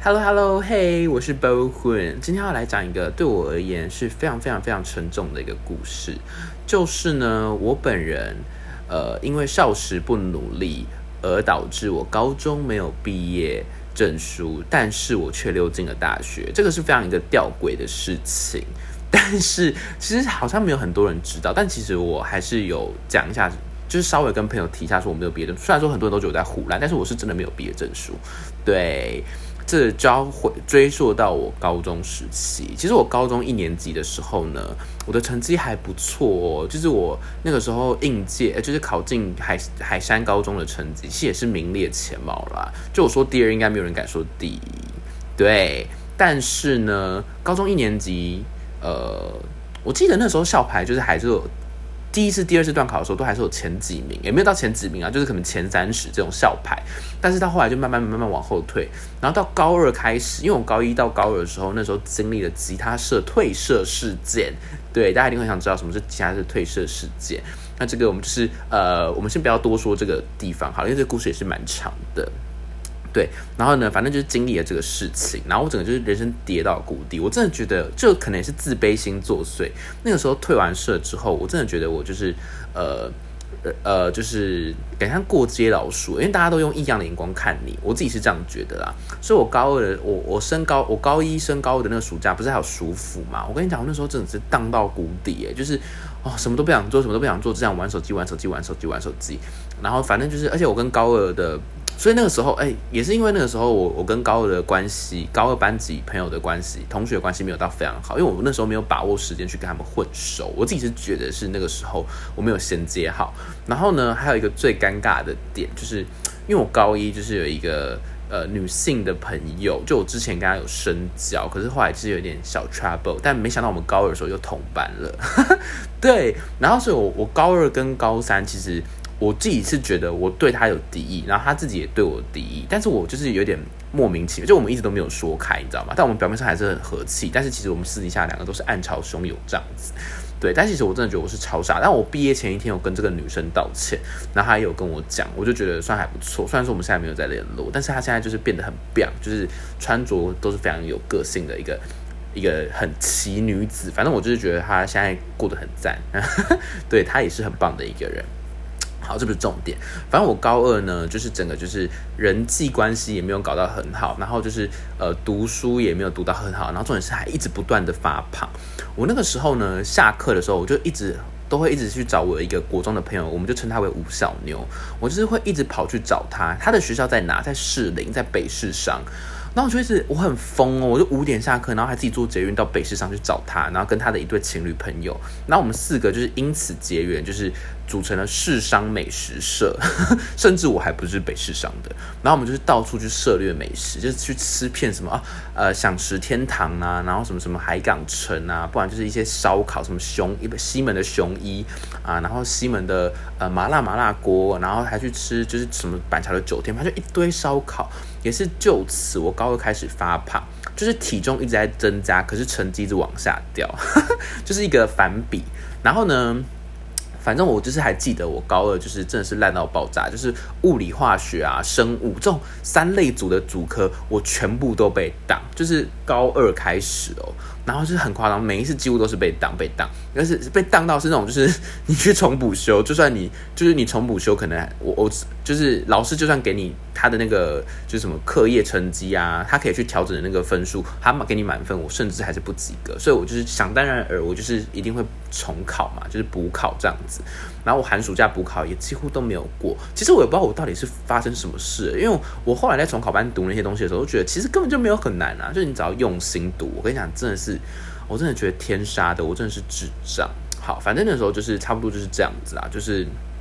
Hello， 嘿，我是 Bohun， 今天要来讲一个对我而言是非常非常非常沉重的一个故事，就是呢，我本人因为少时不努力，而导致我高中没有毕业证书，但是我却溜进了大学，这个是非常一个吊诡的事情。但是其实好像没有很多人知道，但其实我还是有讲一下。就是稍微跟朋友提一下说我没有毕业证书，虽然说很多人都觉得我在唬烂，但是我是真的没有毕业证书。对，这就要追溯到我高中时期。其实我高中1年级的时候呢，我的成绩还不错哦，就是我那个时候应届，就是考进海山高中的成绩，其实也是名列前茅啦。就我说第二，应该没有人敢说第一。对，但是呢，高中1年级，我记得那时候校排就是还是有。第一次、第二次段考的时候，都还是有前几名，也没有到前几名啊，就是可能前30这种校排。但是到后来就慢慢往后退，然后到高2开始，因为我高1到高2的时候，那时候经历了吉他社退社事件。对，大家一定会想知道什么是吉他社退社事件。那这个我们就是我们先不要多说这个地方好，因为这个故事也是蛮长的。对，然后呢，反正就是经历了这个事情，然后我整个就是人生跌到谷底。我真的觉得，这可能也是自卑心作祟。那个时候退完社之后，我真的觉得我就是就是感觉像过街老鼠，因为大家都用异样的眼光看你，我自己是这样觉得啦。所以我高2的我高1升高2的那个暑假，不是还有暑辅嘛？我跟你讲，我那时候真的是荡到谷底就是什么都不想做，只想玩手机，然后反正就是，而且我跟高2的。所以那个时候，也是因为那个时候我跟高2的关系，高2班级朋友的关系，同学的关系没有到非常好，因为我那时候没有把握时间去跟他们混熟，我自己是觉得是那个时候我没有衔接好。然后呢，还有一个最尴尬的点，就是因为我高1就是有一个女性的朋友，就我之前跟她有深交，可是后来就是有点小 trouble， 但没想到我们高2的时候又同班了，对，然后所以我高2跟高3其实。我自己是觉得我对他有敌意，然后他自己也对我有敌意，但是我就是有点莫名其妙，就我们一直都没有说开，你知道吗？但我们表面上还是很和气，但是其实我们私底下两个都是暗潮汹涌这样子。对，但其实我真的觉得我是超傻，但我毕业前一天有跟这个女生道歉，然后她也有跟我讲，我就觉得算还不错。虽然说我们现在没有在联络，但是她现在就是变得很棒，就是穿着都是非常有个性的一个很奇女子。反正我就是觉得她现在过得很赞，对，她也是很棒的一个人。好，这不是重点。反正我高2呢，就是整个就是人际关系也没有搞到很好，然后就是读书也没有读到很好，然后重点是还一直不断的发胖。我那个时候呢，下课的时候我就都会一直去找我一个国中的朋友，我们就称他为吴小妞。我就是会一直跑去找他，他的学校在哪？在士林，在北市商。然后我很疯哦，我就5点下课，然后还自己坐捷运到北市商去找他，然后跟他的一对情侣朋友，然后我们4个就是因此结缘，就是组成了市商美食社，甚至我还不是北市商的，然后我们就是到处去涉猎美食，就是去吃遍什么享食天堂啊，然后什么海港城啊，不然就是一些烧烤，什么西门的雄一啊，然后西门的麻辣锅，然后还去吃就是什么板桥的9天，反正就一堆烧烤。也是就此，我高2开始发胖，就是体重一直在增加，可是成绩一直往下掉，就是一个反比。然后呢，反正我就是还记得我高2就是真的是烂到爆炸，就是物理、化学啊、生物这种3类组的主科，我全部都被当，就是高2开始哦。然后就是很夸张，每一次几乎都是被当，但是被当到是那种，就是你去重补修，就算你重补修，可能我就是老师就算给你他的那个就是什么课业成绩啊，他可以去调整的那个分数，他给你满分，我甚至还是不及格，所以我就是想当然尔，我就是一定会重考嘛，就是补考这样子。然后我寒暑假补考也几乎都没有过。其实我也不知道我到底是发生什么事，因为我后来在重考班读那些东西的时候，我觉得其实根本就没有很难啊，就是你只要用心读。我跟你讲，我真的觉得天杀的，我真的是智障。好，反正那时候就是差不多就是这样子啦，就是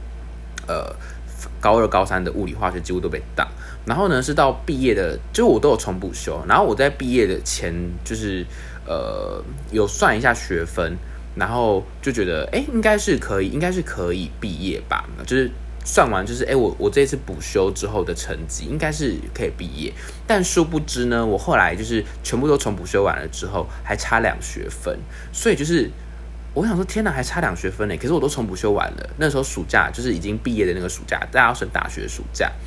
高2、高3的物理、化学几乎都被当。然后呢，是到毕业的，就是我都有重补修。然后我在毕业的前，就是有算一下学分，然后就觉得应该是可以毕业吧。就是算完，就是我这次补修之后的成绩应该是可以毕业。但殊不知呢，我后来就是全部都重补修完了之后，还差2学分，所以就是。我想说，天哪，还差2学分呢！可是我都重补修完了。那时候暑假就是已经毕业的那个暑假，大家要升大学暑假。然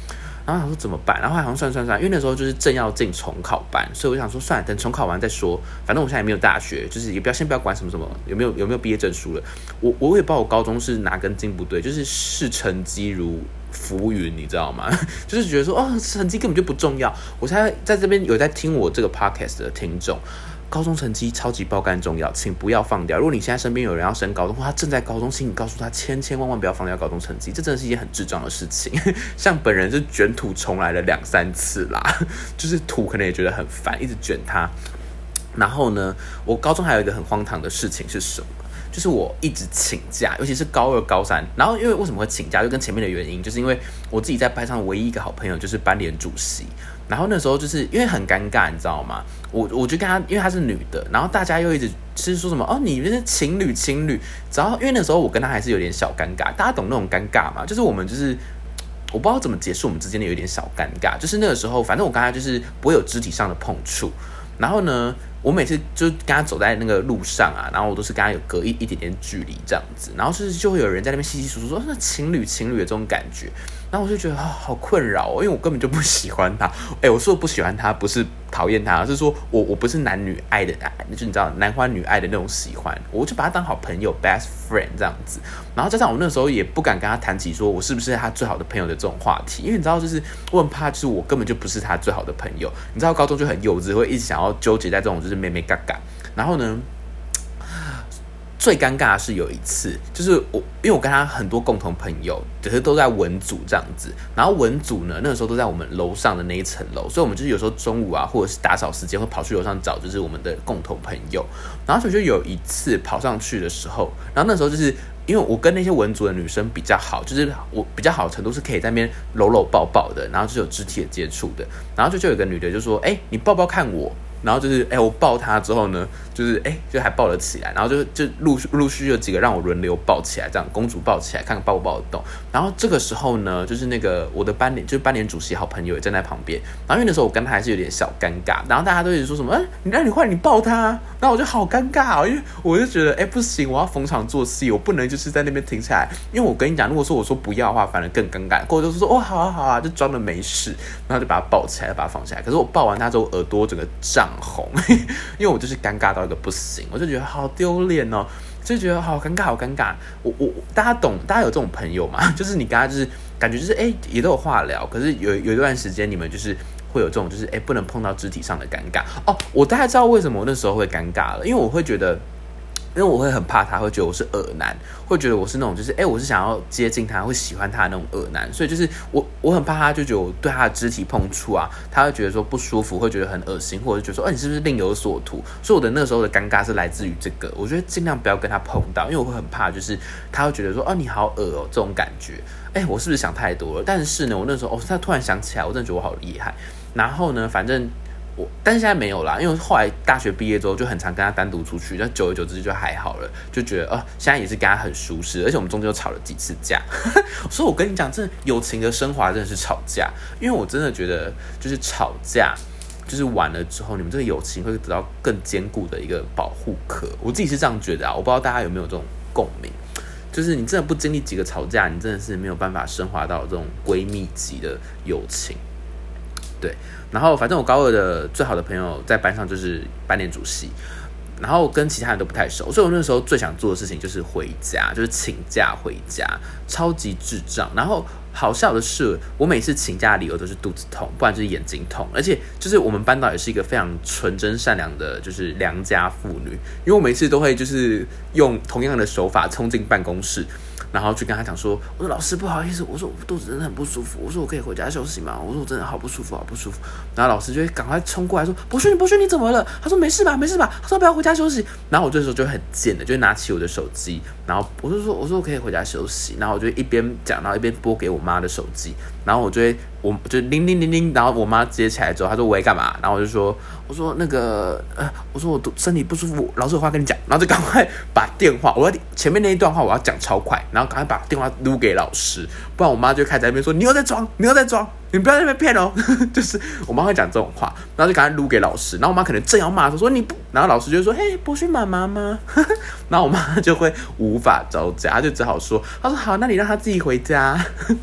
然后想说怎么办，然后好像算，因为那时候就是正要进重考班，所以我想说算了，等重考完再说，反正我现在也没有大学，就是也先不要管什么有没有毕业证书了。我也不知道我高中是哪根筋不对，就是视成绩如浮云，你知道吗？就是觉得说成绩根本就不重要。我现在在这边有在听我这个 podcast 的听众，高中成绩超级爆肝重要，请不要放掉。如果你现在身边有人要升高中，或他正在高中，请你告诉他千万不要放掉高中成绩，这真的是一件很智障的事情。像本人是卷土重来了2-3次啦，就是土可能也觉得很烦，一直卷他。然后呢，我高中还有一个很荒唐的事情是什么？就是我一直请假，尤其是高2、高3。然后因为为什么会请假，就跟前面的原因，就是因为我自己在班上唯一一个好朋友就是班联主席。然后那时候就是因为很尴尬，你知道吗？我就跟她，因为她是女的，然后大家又一直是说什么你们是情侣，只要因为那时候我跟她还是有点小尴尬，大家懂那种尴尬吗？就是我们就是我不知道怎么解释我们之间的有点小尴尬，就是那个时候反正我跟她就是不会有肢体上的碰触，然后呢。我每次就跟他走在那个路上啊，然后我都是跟他有隔一点点距离这样子，然后就会有人在那边稀稀疏疏说那情侣的这种感觉，然后我就觉得好困扰因为我根本就不喜欢他。我说我不喜欢他不是讨厌他，而是说我不是男女爱的，就你知道男欢女爱的那种喜欢，我就把他当好朋友 best friend 这样子。然后加上我那时候也不敢跟他谈起说我是不是他最好的朋友的这种话题，因为你知道就是我很怕就是我根本就不是他最好的朋友，你知道高中就很幼稚，会一直想要纠结在这种就是妹妹嘎嘎。然后呢最尴尬的是有一次，就是因为我跟他很多共同朋友，只是都在文组这样子。然后文组呢，那个时候都在我们楼上的那一层楼，所以我们就是有时候中午啊，或者是打扫时间会跑去楼上找，就是我们的共同朋友。然后所以就有一次跑上去的时候，然后那时候就是因为我跟那些文组的女生比较好，就是我比较好的程度是可以在那边搂抱抱的，然后就是有肢体的接触的。然后就有一个女的就说：“你抱抱看我。”然后就是我抱他之后呢，就是就还抱了起来，然后就陆续有几个让我轮流抱起来，这样公主抱起来，看抱不抱得动。然后这个时候呢，就是那个我的班联主席好朋友也站在旁边，然后因为那时候我跟他还是有点小尴尬，然后大家都一直说什么你换你抱他，然后我就好尴尬因为我就觉得不行，我要逢场作戏，我不能就是在那边停下来，因为我跟你讲，如果说我说不要的话，反而更尴尬。我就说好啊，就装的没事，然后就把他抱起来，把他放下来。可是我抱完他之后，耳朵整个涨红，因为我就是尴尬到一个不行，我就觉得好丢脸就觉得好尴尬。大家有这种朋友吗？就是你跟他就是感觉就是也都有话聊，可是有一段时间你们就是会有这种就是不能碰到肢体上的尴尬我大概知道为什么我那时候会尴尬了，因为我会觉得。因为我会很怕他会觉得我是恶男，会觉得我是那种就是我是想要接近他，会喜欢他的那种恶男，所以就是我很怕他就觉得我对他的肢体碰触啊，他会觉得说不舒服，会觉得很恶心，或者觉得说你是不是另有所图，所以我的那时候的尴尬是来自于这个，我觉得尽量不要跟他碰到，因为我会很怕就是他会觉得说你好恶这种感觉，我是不是想太多了？但是呢，我那时候他突然想起来，我真的觉得我好厉害，然后呢，反正。但是现在没有啦，因为后来大学毕业之后就很常跟他单独出去，那久而久之就还好了，就觉得现在也是跟他很舒适，而且我们中间又吵了几次架，所以我跟你讲，真的友情的升华真的是吵架，因为我真的觉得就是吵架，就是完了之后，你们这个友情会得到更坚固的一个保护壳，我自己是这样觉得我不知道大家有没有这种共鸣，就是你真的不经历几个吵架，你真的是没有办法升华到这种闺蜜级的友情，对。然后反正我高2的最好的朋友在班上就是班联主席，然后跟其他人都不太熟，所以我那时候最想做的事情就是回家，就是请假回家，超级智障。然后好笑的是，我每次请假的理由都是肚子痛，不然就是眼睛痛，而且就是我们班导也是一个非常纯真善良的，就是良家妇女，因为我每次都会就是用同样的手法冲进办公室。然后去跟他讲说，我说老师不好意思，我说我肚子真的很不舒服，我说我可以回家休息吗？我说我真的好不舒服。然后老师就会赶快冲过来说，博勋你怎么了？他说没事吧。他说不要回家休息。然后我这时候就很贱的，就拿起我的手机，然后我说我可以回家休息。然后我就一边讲，然后一边拨给我妈的手机，然后我就铃铃铃，然后我妈接起来之后，她说喂干嘛？然后我说那个我说我身体不舒服，老师有话跟你讲，然后就赶快把电话，我要前面那一段话我要讲超快，然后赶快把电话撸给老师，不然我妈就开始在那边说你又在装，你不要在那边骗就是我妈会讲这种话，然后就赶快撸给老师，然后我妈可能正要骂说你不，然后老师就说嘿博勋妈妈吗？然后我妈就会无法招架，她就只好说，她说好，那你让她自己回家。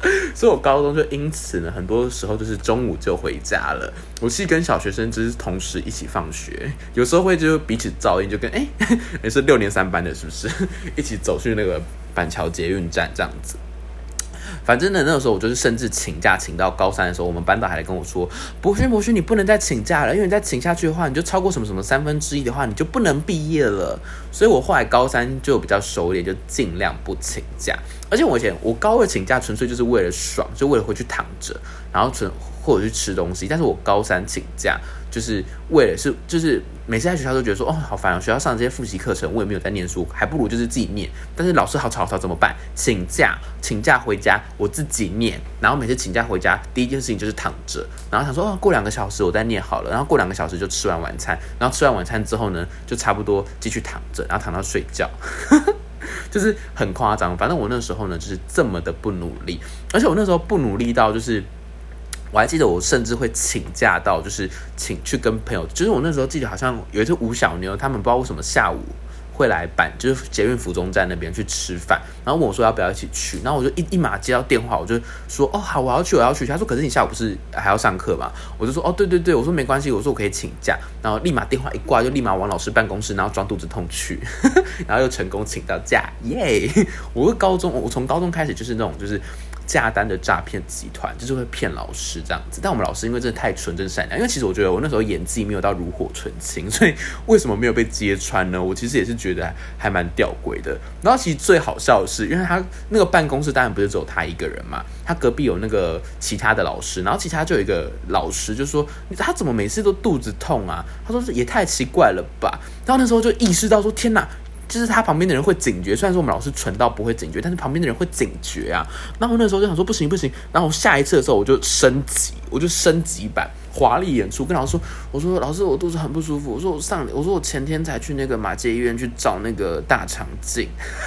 所以我高中就因此呢，很多时候就是中午就回家了。我是跟小学生就是同时一起放学，有时候会就彼此照应，就跟也是6年3班的，是不是一起走去那个板桥捷运站这样子。反正呢，那个时候我就是甚至请假请到高3的时候，我们班导还来跟我说：“博勋，你不能再请假了，因为你再请下去的话，你就超过什么什么1/3的话，你就不能毕业了。”所以我后来高3就比较熟练，就尽量不请假。而且我高2请假纯粹就是为了爽，就为了回去躺着，然后或者去吃东西。但是我高3请假就是为了就是每次在学校都觉得说好烦，学校上这些复习课程我也没有在念书，还不如就是自己念。但是老师好吵怎么办？请假回家我自己念，然后每次请假回家第一件事情就是躺着，然后想说过2个小时我再念好了，然后过2个小时就吃完晚餐，然后吃完晚餐之后呢就差不多继续躺着，然后躺到睡觉。就是很夸张。反正我那时候呢就是这么的不努力，而且我那时候不努力到就是我还记得我甚至会请假到就是去跟朋友，就是我那时候记得好像有一次吴小妞他们不知道为什么下午会来就是捷运府中站那边去吃饭，然后问我说要不要一起去，然后我就一马接到电话，我就说好我要去。他说可是你下午不是还要上课吗？我就说对，我说没关系，我说我可以请假，然后立马电话一挂就立马往老师办公室，然后装肚子痛去然后又成功请到假，耶！我从高中开始就是那种就是价单的诈骗集团，就是会骗老师这样子。但我们老师因为真的太纯真善良，因为其实我觉得我那时候演技没有到炉火纯青，所以为什么没有被揭穿呢？我其实也是觉得还蛮吊诡的。然后其实最好笑的是，因为他那个办公室当然不是只有他一个人嘛，他隔壁有那个其他的老师，然后其他就有一个老师就说他怎么每次都肚子痛啊？他说也太奇怪了吧。然后那时候就意识到说天哪，就是他旁边的人会警觉，虽然说我们老师纯到不会警觉，但是旁边的人会警觉啊。然后那时候就想说不行，然后下一次的时候我就升级版华丽演出，跟老师说，我说老师我肚子很不舒服，我说我前天才去那个马偕医院去找那个大肠镜，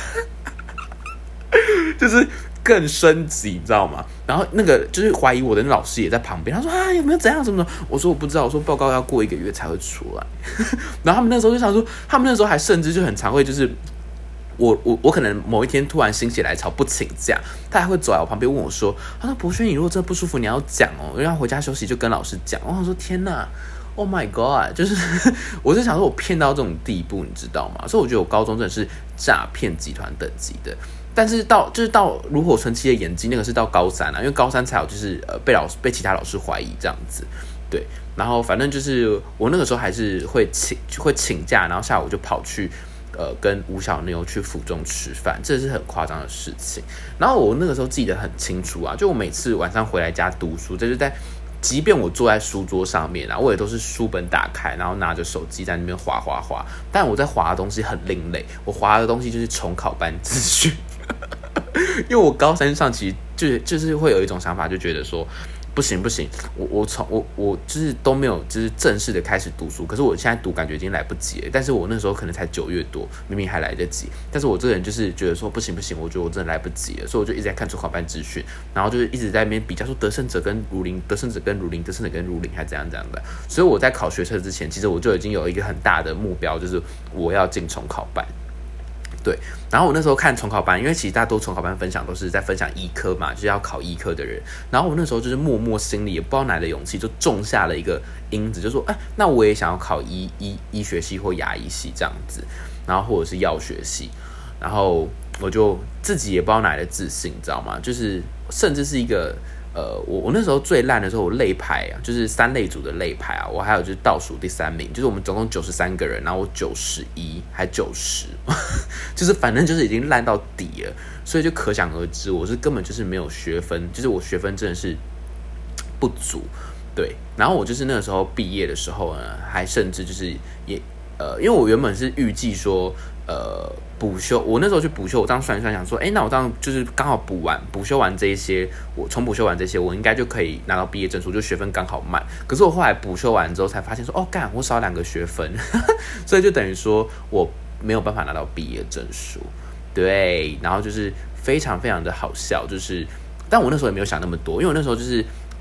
就是更升级，你知道吗？然后那个就是怀疑我的那老师也在旁边，他说有没有怎样什么的？我说我不知道，我说报告要过1个月才会出来。然后他们那时候就想说，他们那时候还甚至就很常会就是我可能某一天突然心血来潮不请假，他还会走来我旁边问我说，他说博轩你如果真的不舒服你要讲因为要回家休息就跟老师讲。我想说天哪，Oh my god！ 就是我是想说我骗到这种地步，你知道吗？所以我觉得我高中真的是诈骗集团等级的。但是到炉火纯青的演技，那个是到高3因为高3才有就是被其他老师怀疑这样子，对。然后反正就是我那个时候还是会请假，然后下午就跑去跟吴小妞去府中吃饭，这是很夸张的事情。然后我那个时候记得很清楚啊，就我每次晚上回来家读书，就是即便我坐在书桌上面我也都是书本打开，然后拿着手机在那边滑，但我在滑的东西很另类，我滑的东西就是重考班资讯。因为我高3上其实就是会有一种想法，就觉得说不行，我就是都没有就是正式的开始读书，可是我现在读感觉已经来不及了。但是我那时候可能才9月多，明明还来得及。但是我这个人就是觉得说不行，我觉得我真的来不及了，所以我就一直在看重考班资讯，然后就是一直在那边比较说得胜者跟儒林，还怎样的。所以我在考学测之前，其实我就已经有一个很大的目标，就是我要进重考班。对，然后我那时候看重考班，因为其实大多重考班分享都是在分享医科嘛，就是要考医科的人。然后我那时候就是默默心里也不知道哪来的勇气，就种下了一个因子，就说那我也想要考医学系或牙医系这样子，然后或者是药学系。然后我就自己也不知道哪来的自信，你知道吗？就是甚至是一个我那时候最烂的时候，我类排就是3类组的类排我还有就是倒数第3名，就是我们总共93个人，然后我91还90，就是反正就是已经烂到底了，所以就可想而知，我是根本就是没有学分，就是我学分真的是不足，对。然后我就是那个时候毕业的时候呢，还甚至就是也因为我原本是预计说补修，我那时候去补修，我这样算一算，想说，那我这样就是刚好补修完这一些，我重补修完这些，我应该就可以拿到毕业证书，就学分刚好满。可是我后来补修完之后才发现说，干，我少2个学分，所以就等于说我没有办法拿到毕业证书，对。然后就是非常非常的好笑，就是，但我那时候也没有想那么多，因为我那时候就是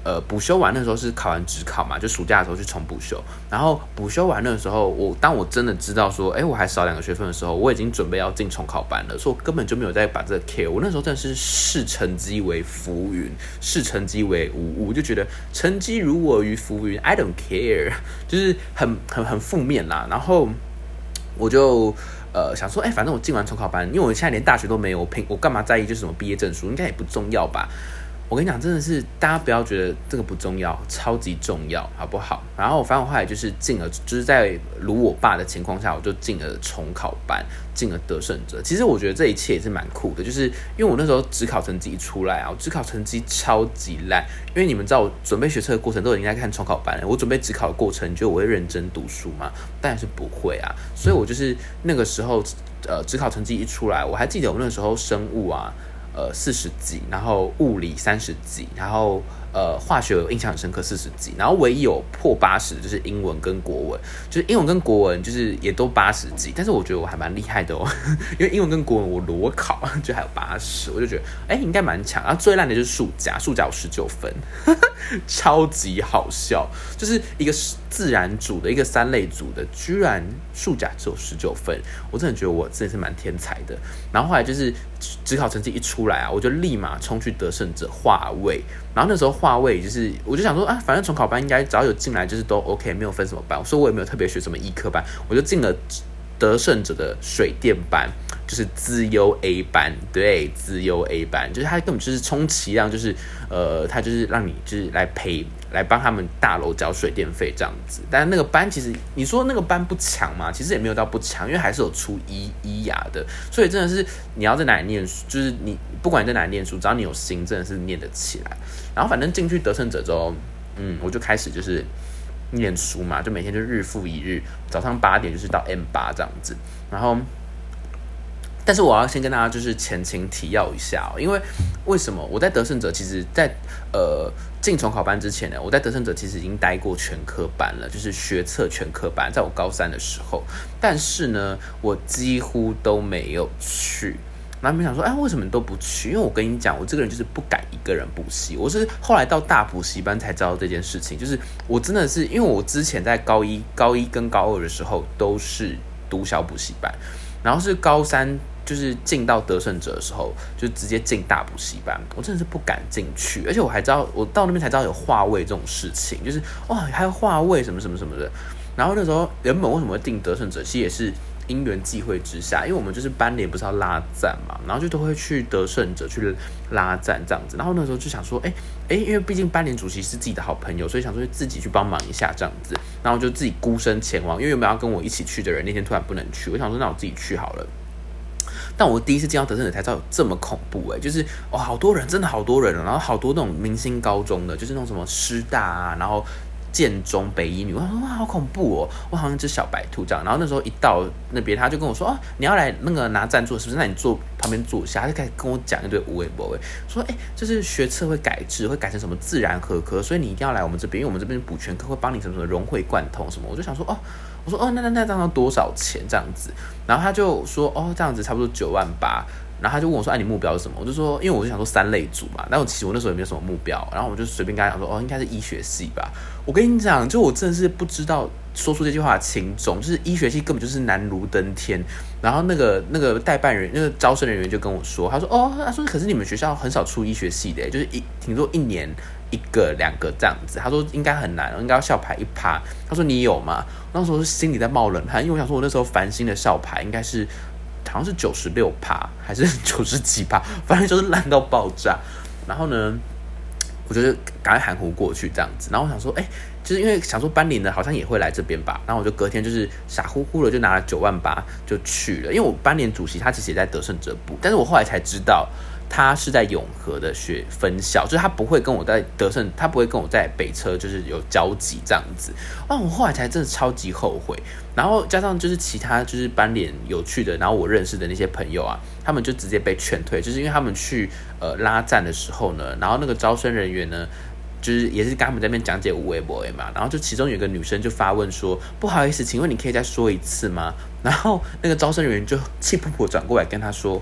补修完那时候是考完指考嘛，就暑假的时候去重补修，然后补修完那时候，当我真的知道说，我还少2个学分的时候，我已经准备要进重考班了，所以我根本就没有再把这个 care。我那时候真的是视成绩为浮云，视成绩为无物，就觉得成绩如我于浮云 ，I don't care， 就是很负面啦。然后我就想说，反正我进完重考班，因为我现在连大学都没有，我干嘛在意就是什么毕业证书，应该也不重要吧。我跟你讲，真的是大家不要觉得这个不重要，超级重要，好不好？然后反正我后来就是进了，就是在如我爸的情况下，我就进了重考班，进了得胜者。其实我觉得这一切也是蛮酷的，就是因为我那时候指考成绩一出来啊，我指考成绩超级烂。因为你们知道我准备学测的过程都已经在看重考班了，我准备指考的过程，你觉得我会认真读书吗？当然是不会啊。所以我就是那个时候，指考成绩一出来，我还记得我那时候生物啊。40几，然后物理30几，然后化学有印象很深刻40几，然后唯一有破80的就是英文跟国文，就是英文跟国文就是也都80几，但是我觉得我还蛮厉害的哦，因为英文跟国文我裸考就还有80，我就觉得应该蛮强。然后最烂的就是数甲有19分，超级好笑，就是一个自然组的一个3类组的，居然数甲只有19分，我真的觉得我真的是蛮天才的。然后后来就是指考成绩一出来啊，我就立马冲去得胜者划位，然后那时候划位就是我就想说反正重考班应该只要有进来就是都 OK， 没有分什么班，所以我也没有特别学什么医科班，我就进了得胜者的水电班，就是资优 A 班，对，资优 A 班，就是他根本就是充其量就是他就是让你就是来帮他们大楼缴水电费这样子。但是那个班其实你说那个班不强嘛，其实也没有到不强，因为还是有出医牙的，所以真的是你要在哪里念书，就是你不管你在哪里念书，只要你有心，真的是念得起来。然后反正进去得胜者之后，我就开始就是念书嘛，就每天就日复一日，早上8点就是到 M8 这样子。然后，但是我要先跟大家就是前情提要一下因为为什么我在得胜者，其实在进重考班之前呢，我在得胜者其实已经待过全科班了，就是学测全科班，在我高3的时候，但是呢，我几乎都没有去。然后你们想说，为什么你都不去？因为我跟你讲，我这个人就是不敢一个人补习。我是后来到大补习班才知道这件事情，就是我真的是因为我之前在高一跟高2的时候都是读小补习班，然后是高3就是进到得胜者的时候，就直接进大补习班，我真的是不敢进去，而且我还知道，我到那边才知道有划位这种事情，就是还有划位什么什么什么的。然后那时候原本为什么会进得胜者，其实也是因缘际会之下，因为我们就是班联不是要拉赞嘛，然后就都会去得胜者去拉赞这样子。然后那时候就想说，因为毕竟班联主席是自己的好朋友，所以想说自己去帮忙一下这样子。然后就自己孤身前往，因为原本要跟我一起去的人那天突然不能去，我想说那我自己去好了。但我第一次见到得胜者才知道有这么恐怖就是好多人，真的好多人，然后好多那种明星高中的，就是那种什么师大啊，然后建中、北一女，我说哇好恐怖我好像只小白兔这样。然后那时候一到那边，他就跟我说你要来那个拿赞助是不是？那你坐旁边坐下，他就开始跟我讲一堆无谓不谓，说就是学测会改制，会改成什么自然合科，所以你一定要来我们这边，因为我们这边补全科会帮你什么什么融会贯通什么。我就想说我说那这样要多少钱这样子？然后他就说这样子差不多9万8。然后他就问我说你目标是什么？我就说因为我就想说3类组嘛，但其实我那时候也没有什么目标，然后我就随便跟他讲说应该是医学系吧。我跟你讲，就我真的是不知道说出这句话的轻重，就是医学系根本就是难如登天。然后那个代办人那个招生人员就跟我说，他说可是你们学校很少出医学系的，就是听说1年1个2个这样子。他说应该很难，应该要校排1趴。他说你有吗？那时候心里在冒冷汗，因为我想说我那时候繁星的校排应该是好像是96%还是90几%，反正就是烂到爆炸。然后呢，我就是赶快含糊过去这样子。然后我想说，就是因为想说班联的好像也会来这边吧，然后我就隔天就是傻乎乎的就拿了9万8就去了。因为我班联主席他其实也在得胜者部，但是我后来才知道他是在永和的学分校，就是他不会跟我在得胜，他不会跟我在北车就是有交集这样子。我后来才真的超级后悔。然后加上就是其他就是班联有趣的，然后我认识的那些朋友啊，他们就直接被劝退，就是因为他们去拉赞的时候呢，然后那个招生人员呢，就是也是跟他们在那边讲解无为不为嘛，然后就其中有一个女生就发问说，不好意思，请问你可以再说一次吗？然后那个招生人员就气噗噗转过来跟他说，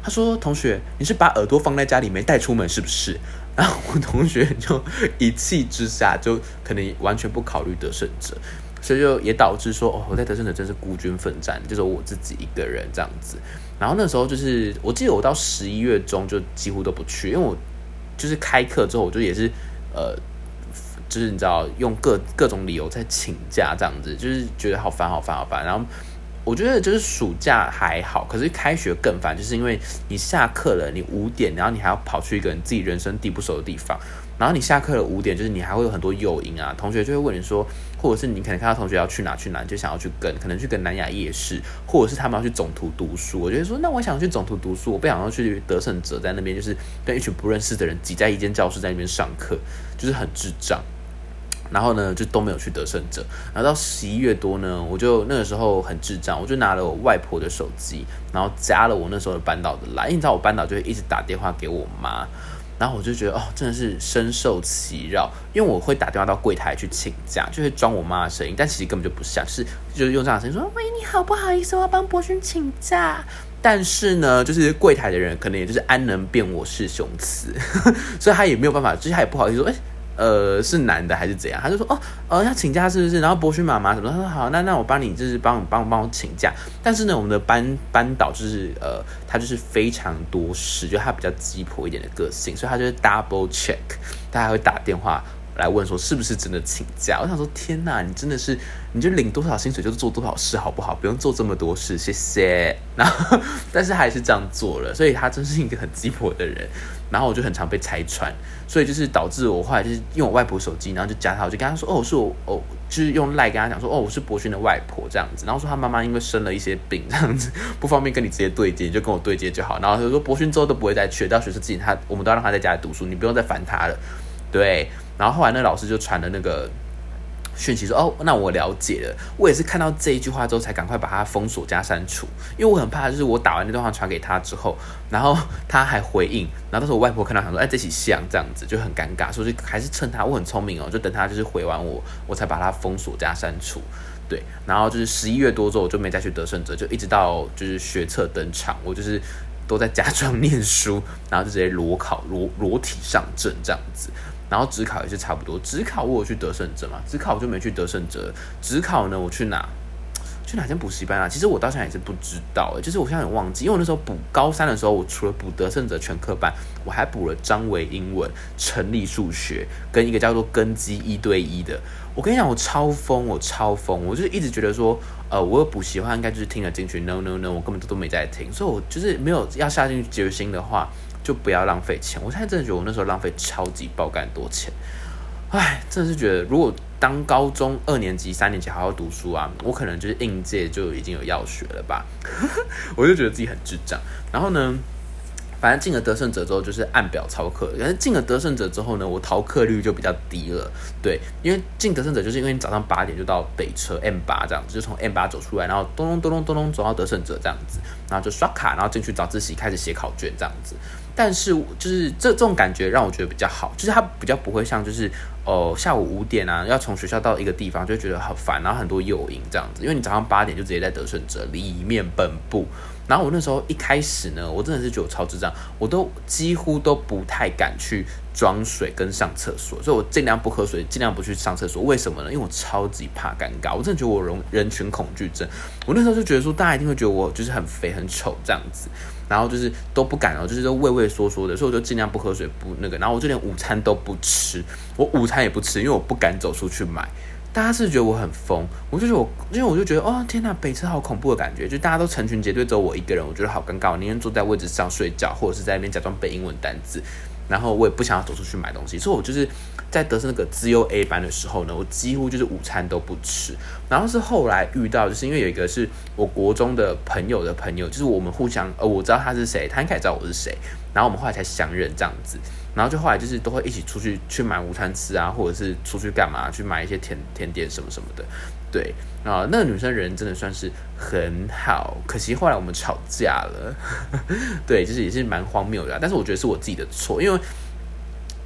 他说同学，你是把耳朵放在家里没带出门是不是？然后我同学就一气之下就可能完全不考虑得胜者，所以就也导致说我在得胜者真是孤军奋战，就是我自己一个人这样子。然后那时候就是我记得我到11月中就几乎都不去，因为我就是开课之后我就也是就是你知道用各种理由在请假这样子，就是觉得好烦。然后我觉得就是暑假还好，可是开学更烦，就是因为你下课了，你5点，然后你还要跑去一个你自己人生地不熟的地方，然后你下课了5点，就是你还会有很多诱因啊，同学就会问你说，或者是你可能看到同学要去哪，你就想要去可能去跟南雅夜市，或者是他们要去总图读书，我觉得说那我想去总图读书，我不想要去得胜者在那边就是跟一群不认识的人挤在一间教室在那边上课，就是很智障。然后呢，就都没有去得胜者。然后到11月多呢，我就那个时候很智障，我就拿了我外婆的手机，然后加了我那时候的班导的来，因为你知道我班导就会一直打电话给我妈，然后我就觉得真的是深受其扰，因为我会打电话到柜台去请假，就会装我妈的声音，但其实根本就不像，就是用这样的声音说：“喂，你好，不好意思，我要帮博勋请假。”但是呢，就是柜台的人可能也就是安能辨我是雄雌，所以他也没有办法，就是他也不好意思说，是男的还是怎样？他就说要请假是不是？然后博勋妈妈什么？他说好，那我帮你就是帮我请假。但是呢，我们的班导就是他就是非常多事，就他比较鸡婆一点的个性，所以他就是 double check， 他还会打电话来问说是不是真的请假。我想说天哪，你真的是你就领多少薪水就做多少事好不好？不用做这么多事，谢谢。然后但是他还是这样做了，所以他真是一个很鸡婆的人。然后我就很常被拆穿，所以就是导致我后来就是用我外婆手机，然后就加他，我就跟他说是我就是用赖跟他讲说我是博勋的外婆这样子，然后说他妈妈因为生了一些病这样子，不方便跟你直接对接，你就跟我对接就好。然后他就说博勋之后都不会再去，到学生之前我们都要让他在家里读书，你不用再烦他了。对，然后后来那老师就传了那个讯息说那我了解了。我也是看到这一句话之后才赶快把它封锁加删除，因为我很怕就是我打完那段话传给他之后，然后他还回应，然后到时候我外婆看到想说这起像这样子就很尴尬，所以还是趁他我很聪明就等他就是回完我才把他封锁加删除。对，然后就是11月多之后我就没再去得胜者，就一直到就是学测登场，我就是都在假装念书，然后就直接裸体上阵这样子。然后指考也是差不多，指考我有去得胜者嘛，指考我就没去得胜者。指考呢，我去哪间补习班啊？其实我到现在也是不知道，就是我现在很忘记，因为我那时候补高3的时候，我除了补得胜者全科班，我还补了张维英文、陈立数学跟一个叫做根基1对1的。我跟你讲，我超疯，我就是一直觉得说，我有补习的话，应该就是听得进去。No， 我根本都没在听，所以我就是没有要下进去决心的话，就不要浪费钱。我现在真的觉得我那时候浪费超级爆干多钱，真的是觉得如果当高中2年级、3年级好好读书啊，我可能就是应届就已经有药学了吧。我就觉得自己很智障。然后呢，反正进了得胜者之后就是按表操课，可是进了得胜者之后呢，我逃课率就比较低了。对，因为进得胜者就是因为你早上8点就到北车 M8 这样子，就从 M8 走出来，然后咚走到得胜者这样子，然后就刷卡，然后进去早自习开始写考卷这样子。但是就是这种感觉让我觉得比较好，就是它比较不会像就是下午5点啊要从学校到一个地方就会觉得好烦，然后很多诱因这样子，因为你早上8点就直接在得胜者里面奔步。然后我那时候一开始呢，我真的是觉得我超智障，我都几乎都不太敢去装水跟上厕所，所以我尽量不喝水，尽量不去上厕所。为什么呢？因为我超级怕尴尬，我真的觉得我人群恐惧症。我那时候就觉得说，大家一定会觉得我就是很肥很丑这样子，然后就是都不敢就是都畏畏缩缩的，所以我就尽量不喝水不那个，然后我就连午餐都不吃，我午餐也不吃，因为我不敢走出去买。大家是觉得我很疯，因为我就觉得天哪，北车好恐怖的感觉，就大家都成群结队，只有我一个人，我觉得好尴尬。我宁愿坐在位置上睡觉，或者是在那边假装背英文单字，然后我也不想要走出去买东西。所以我就是在得胜那个资优 A 班的时候呢，我几乎就是午餐都不吃。然后是后来遇到，就是因为有一个是我国中的朋友的朋友，就是我们互相我知道他是谁，他应该也知道我是谁，然后我们后来才相认这样子。然后就后来就是都会一起出去买午餐吃啊，或者是出去干嘛，去买一些甜点什么什么的。对，那个女生人真的算是很好，可惜后来我们吵架了。对，就是也是蛮荒谬的但是我觉得是我自己的错，因为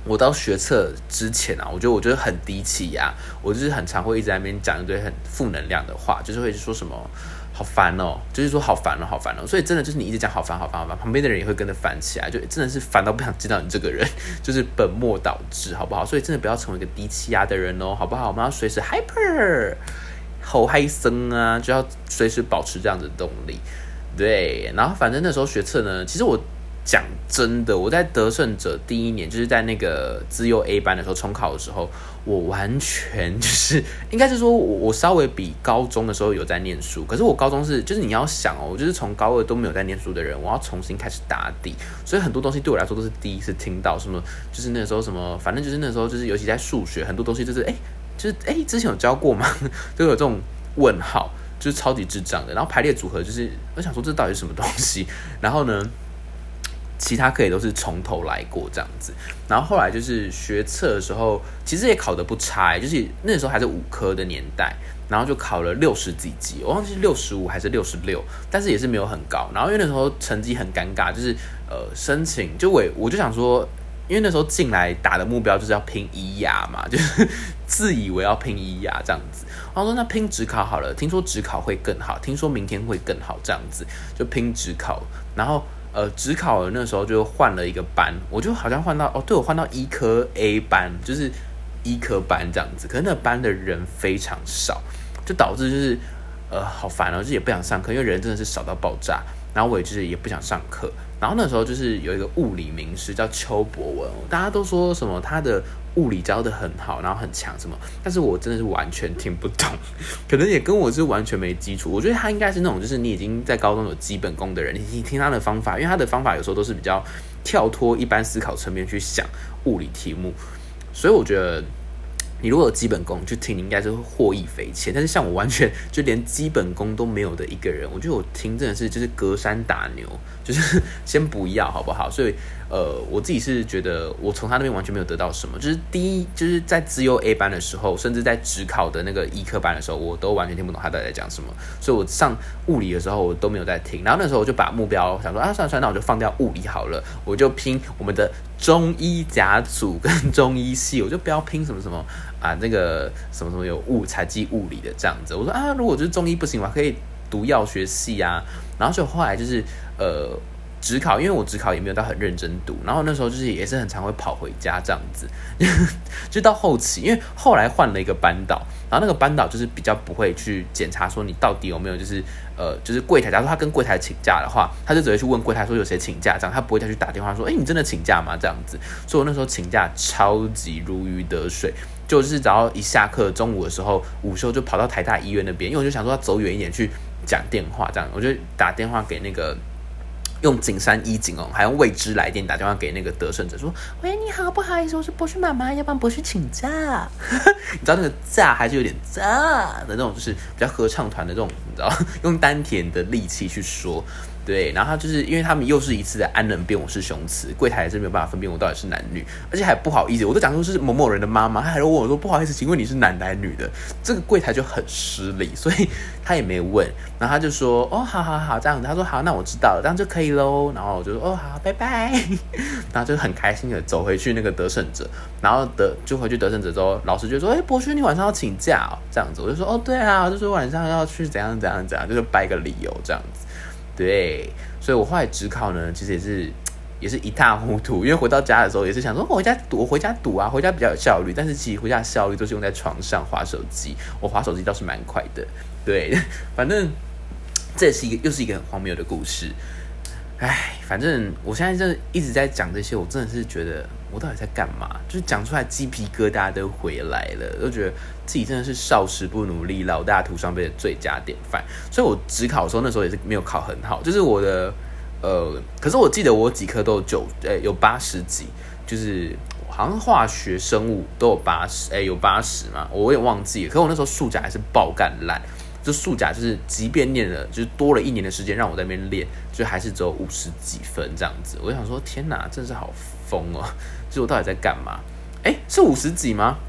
我到学测之前啊，我觉得很低气压，我就是很常会一直在那边讲一堆很负能量的话，就是会说什么好烦哦，就是说好烦哦，好烦哦，所以真的就是你一直讲好烦好烦好烦，旁边的人也会跟着烦起来，就真的是烦到不想见到你这个人，就是本末倒置，好不好？所以真的不要成为一个低气压的人哦，好不好？我们要随时 hyper 吼嗨森啊，就要随时保持这样子的动力。对，然后反正那时候学测呢，其实我讲真的，我在得胜者第一年，就是在那个资优 A 班的时候重考的时候，我完全就是应该是说我稍微比高中的时候有在念书，可是我高中就是你要想哦，我就是从高二都没有在念书的人，我要重新开始打底，所以很多东西对我来说都是第一次听到，什么就是那时候什么，反正就是那时候就是尤其在数学很多东西就是之前有教过吗？都有这种问号，就是超级智障的。然后排列组合就是我想说这到底是什么东西，然后呢？其他课也都是从头来过这样子，然后后来就是学测的时候，其实也考得不差，就是那时候还是5科的年代，然后就考了60几级，我忘记是65还是66，但是也是没有很高。然后因为那时候成绩很尴尬，就是申请就我就想说，因为那时候进来打的目标就是要拼医牙嘛，就是自以为要拼医牙这样子。然后说那拼指考好了，听说指考会更好，听说明天会更好这样子，就拼指考，然后。指考的那时候就换了一个班，我就好像换到对，我换到医科 A 班，就是医科班这样子。可是那班的人非常少，就导致就是好烦哦，就是也不想上课，因为人真的是少到爆炸。然后我也就是也不想上课。然后那时候就是有一个物理名师叫邱博文，大家都说什么他的物理教得很好，然后很强什么，但是我真的是完全听不懂，可能也跟我是完全没基础。我觉得他应该是那种就是你已经在高中有基本功的人，你听他的方法，因为他的方法有时候都是比较跳脱一般思考层面去想物理题目，所以我觉得。你如果有基本功去听，你应该是会获益匪浅。但是像我完全就连基本功都没有的一个人，我觉得我听真的是就是隔山打牛，就是先不要好不好？所以我自己是觉得我从他那边完全没有得到什么。就是第一，就是在资优 A 班的时候，甚至在指考的那个医科班的时候，我都完全听不懂他到底在讲什么。所以我上物理的时候，我都没有在听。然后那时候我就把目标想说算了，那我就放掉物理好了，我就拼我们的中医甲组跟中医系，我就不要拼什么什么。那个什么有采集物理的这样子，我说如果就是中医不行的话，可以读药学系啊。然后就后来就是指考，因为我指考也没有到很认真读，然后那时候就是也是很常会跑回家这样子，就到后期，因为后来换了一个班导，然后那个班导就是比较不会去检查说你到底有没有就是柜台，假如说他跟柜台请假的话，他就只会去问柜台说有谁请假，这样他不会再去打电话说你真的请假吗这样子。所以我那时候请假超级如鱼得水。就是只要一下课，中午的时候午休就跑到台大医院那边，因为我就想说要走远一点去讲电话，这样我就打电话给那个用景山一景还用未知来电打电话给那个得胜者说：“喂，你好，不好意思，我是博旭妈妈，要不然博旭请假。”你知道那个假还是有点炸的那种，就是比较合唱团的这种，你知道用丹田的力气去说。对，然后他就是因为他们又是一次的安能辨我是雄雌，柜台也是没有办法分辨我到底是男女，而且还不好意思，我都讲说是某某人的妈妈，他还问我说不好意思，请问你是男的还是女的？这个柜台就很失礼，所以他也没问，然后他就说好这样子，他说好，那我知道了，这样就可以咯。然后我就说好，拜拜，然后就很开心的走回去那个得胜者，然后就回去得胜者之后，老师就说博勋你晚上要请假这样子，我就说对啊，我就说晚上要去怎样，就是掰个理由这样子。对，所以我后来指考呢，其实也是一塌糊涂，因为回到家的时候也是想说，我回家读啊，回家比较有效率，但是其实回家的效率都是用在床上滑手机，我滑手机倒是蛮快的，对，反正这又是一个很荒谬的故事，反正我现在就一直在讲这些，我真的是觉得我到底在干嘛？就是讲出来鸡皮疙瘩都回来了，都觉得自己真的是少时不努力，老大徒伤悲的最佳典范。所以我指考的时候，那时候也是没有考很好，就是我的可是我记得我几科都有80几，就是好像化学、生物都有80，有80嘛，我也忘记了。可是我那时候数甲还是爆干烂。就数甲就是即便念了，就是多了1年的时间让我在那边练，就还是只有50几分这样子。我就想说，天哪，真的是好疯哦！就是我到底在干嘛？是50几吗？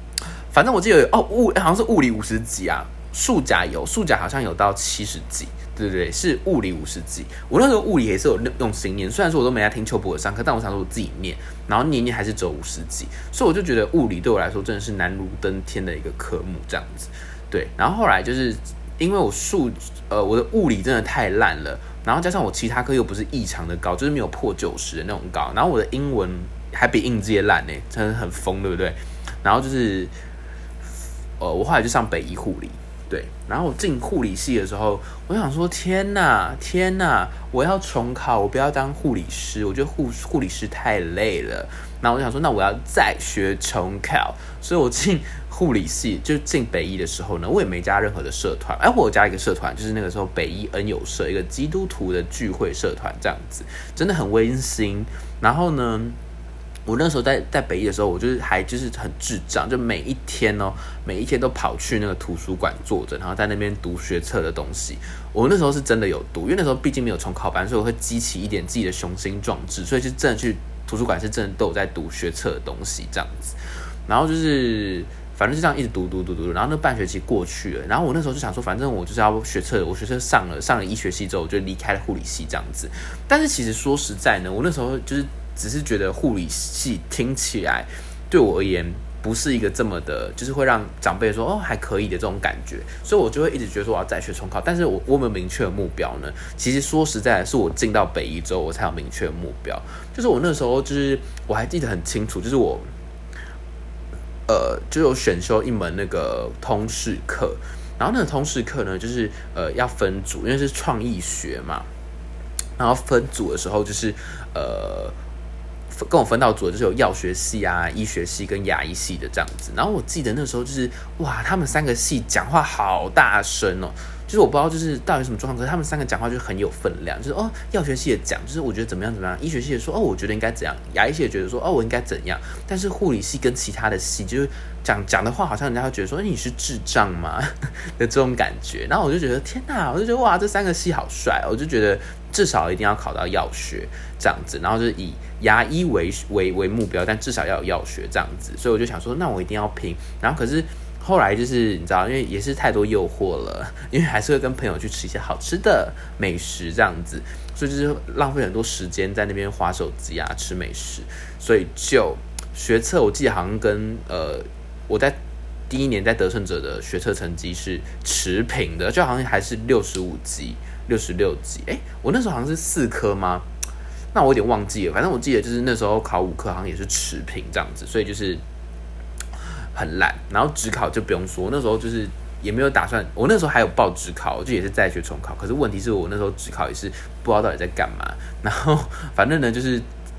反正我记得好像是物理50几啊，数甲好像有到70几， 对对对，是物理50几。我那时候物理也是有用心念，虽然说我都没在听邱博尔上课，但我想说我自己念，然后念还是只有50几，所以我就觉得物理对我来说真的是难如登天的一个科目这样子。对，然后后来就是因为我的物理真的太烂了，然后加上我其他科又不是异常的高，就是没有破90的那种高，然后我的英文还比应届烂欸，真的很疯，对不对？然后就是我后来就上北医护理。对，然后我进护理系的时候，我想说天哪，我要重考，我不要当护理师，我觉得护理师太累了。然后我就想说，那我要再学重考，所以我进护理系就进北医的时候呢，我也没加任何的社团。我有加一个社团，就是那个时候北医恩友社，一个基督徒的聚会社团，这样子真的很温馨。然后呢，我那时候在北医的时候，我就是很智障，就每一天都跑去那个图书馆坐着，然后在那边读学测的东西。我那时候是真的有读，因为那时候毕竟没有重考班，所以我会激起一点自己的雄心壮志，所以就真的去图书馆是真的都有在读学测的东西这样子。然后就是反正就这样一直读，然后那半学期过去了，然后我那时候就想说，反正我就是要学测，我学测上了医学系之后，我就离开了护理系这样子。但是其实说实在呢，我那时候就是只是觉得护理系听起来对我而言不是一个这么的，就是会让长辈说还可以的这种感觉，所以我就会一直觉得说我要再学重考。但是我有没有明确的目标呢？其实说实在的是我进到北医之后，我才有明确的目标。就是我那时候就是我还记得很清楚，就是我就有选修一门那个通识课，然后那个通识课呢，就是要分组，因为是创意学嘛，然后分组的时候就是跟我分到组的就是有药学系啊、医学系跟牙医系的这样子。然后我记得那时候就是哇，他们3个系讲话好大声哦，就是我不知道就是到底什么状况，可是他们3个讲话就很有分量，就是药学系的讲就是我觉得怎么样，医学系的说我觉得应该怎样，牙医系的觉得说我应该怎样，但是护理系跟其他的系就是讲的话好像人家会觉得说你是智障吗的这种感觉。然后我就觉得天哪，我就觉得哇，这3个系好帅，我就觉得至少一定要考到药学这样子，然后就是以牙医为目标，但至少要有药学这样子。所以我就想说那我一定要拼。然后可是后来就是你知道，因为也是太多诱惑了，因为还是会跟朋友去吃一些好吃的美食这样子，所以就是浪费很多时间在那边滑手机啊吃美食。所以就学测我记得好像跟我在第1年在得胜者的学测成绩是持平的，就好像还是65级、66级。我那时候好像是4科吗？那我有点忘记了，反正我记得就是那时候考5科好像也是持平这样子，所以就是很烂。然后指考就不用说，那时候就是也没有打算，我那时候还有报指考，就也是再学重考。可是问题是我那时候指考也是不知道到底在干嘛。然后反正呢就是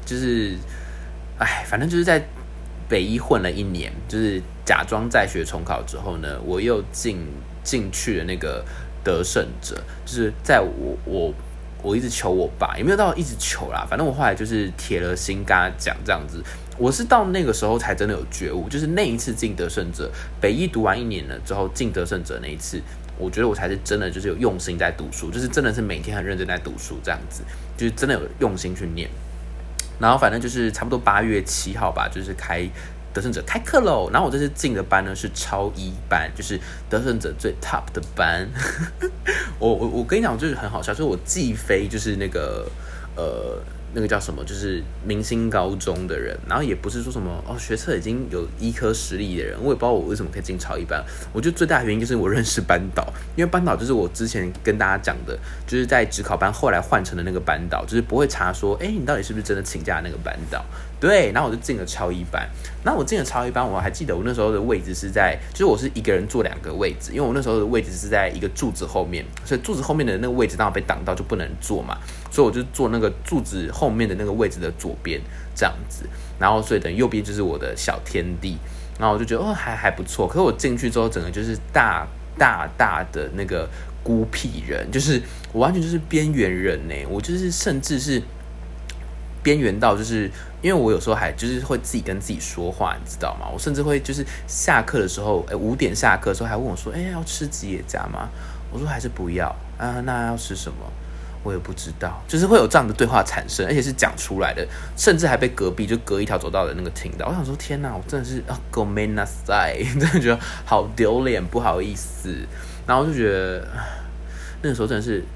反正就是在北医混了1年，就是假装在学重考之后呢，我又进去了那个得胜者，就是在我一直求我爸，也没有到一直求啦，反正我后来就是铁了心跟他讲这样子。我是到那个时候才真的有觉悟，就是那一次进得胜者，北医读完1年了之后进得胜者那一次，我觉得我才是真的就是有用心在读书，就是真的是每天很认真在读书这样子，就是真的有用心去念。然后反正就是差不多8月7号吧，就是得胜者开课喽。然后我这次进的班呢是超一班，就是得胜者最 top 的班。我跟你讲，就是很好笑，就是我既非就是那个叫什么，就是明星高中的人，然后也不是说什么学测已经有医科实力的人，我也不知道我为什么可以进超一班。我觉得最大的原因就是我认识班导，因为班导就是我之前跟大家讲的，就是在指考班后来换成的那个班导，就是不会查说你到底是不是真的请假的那个班导。对，然后我就进了超一班。然后我进了超一班，我还记得我那时候的位置是在，就是我是一个人坐2个位置，因为我那时候的位置是在一个柱子后面，所以柱子后面的那个位置刚好被挡到，就不能坐嘛，所以我就坐那个柱子后面的那个位置的左边这样子。然后所以等于右边就是我的小天地，然后我就觉得还不错。可是我进去之后，整个就是大的那个孤僻人，就是我完全就是边缘人呢，我就是甚至是边缘到就是因为我有时候还就是会自己跟自己说话，你知道吗？我甚至会就是下课的时候，5点下课的时候还问我说要吃吉野家吗？我说还是不要啊，那要吃什么？我也不知道，就是会有这样的对话产生，而且是讲出来的，甚至还被隔壁就隔一条走道的那个听到。我想说天哪，我真的是ごめんなさい，真的觉得好丢脸，不好意思。然后我就觉得那个时候真的是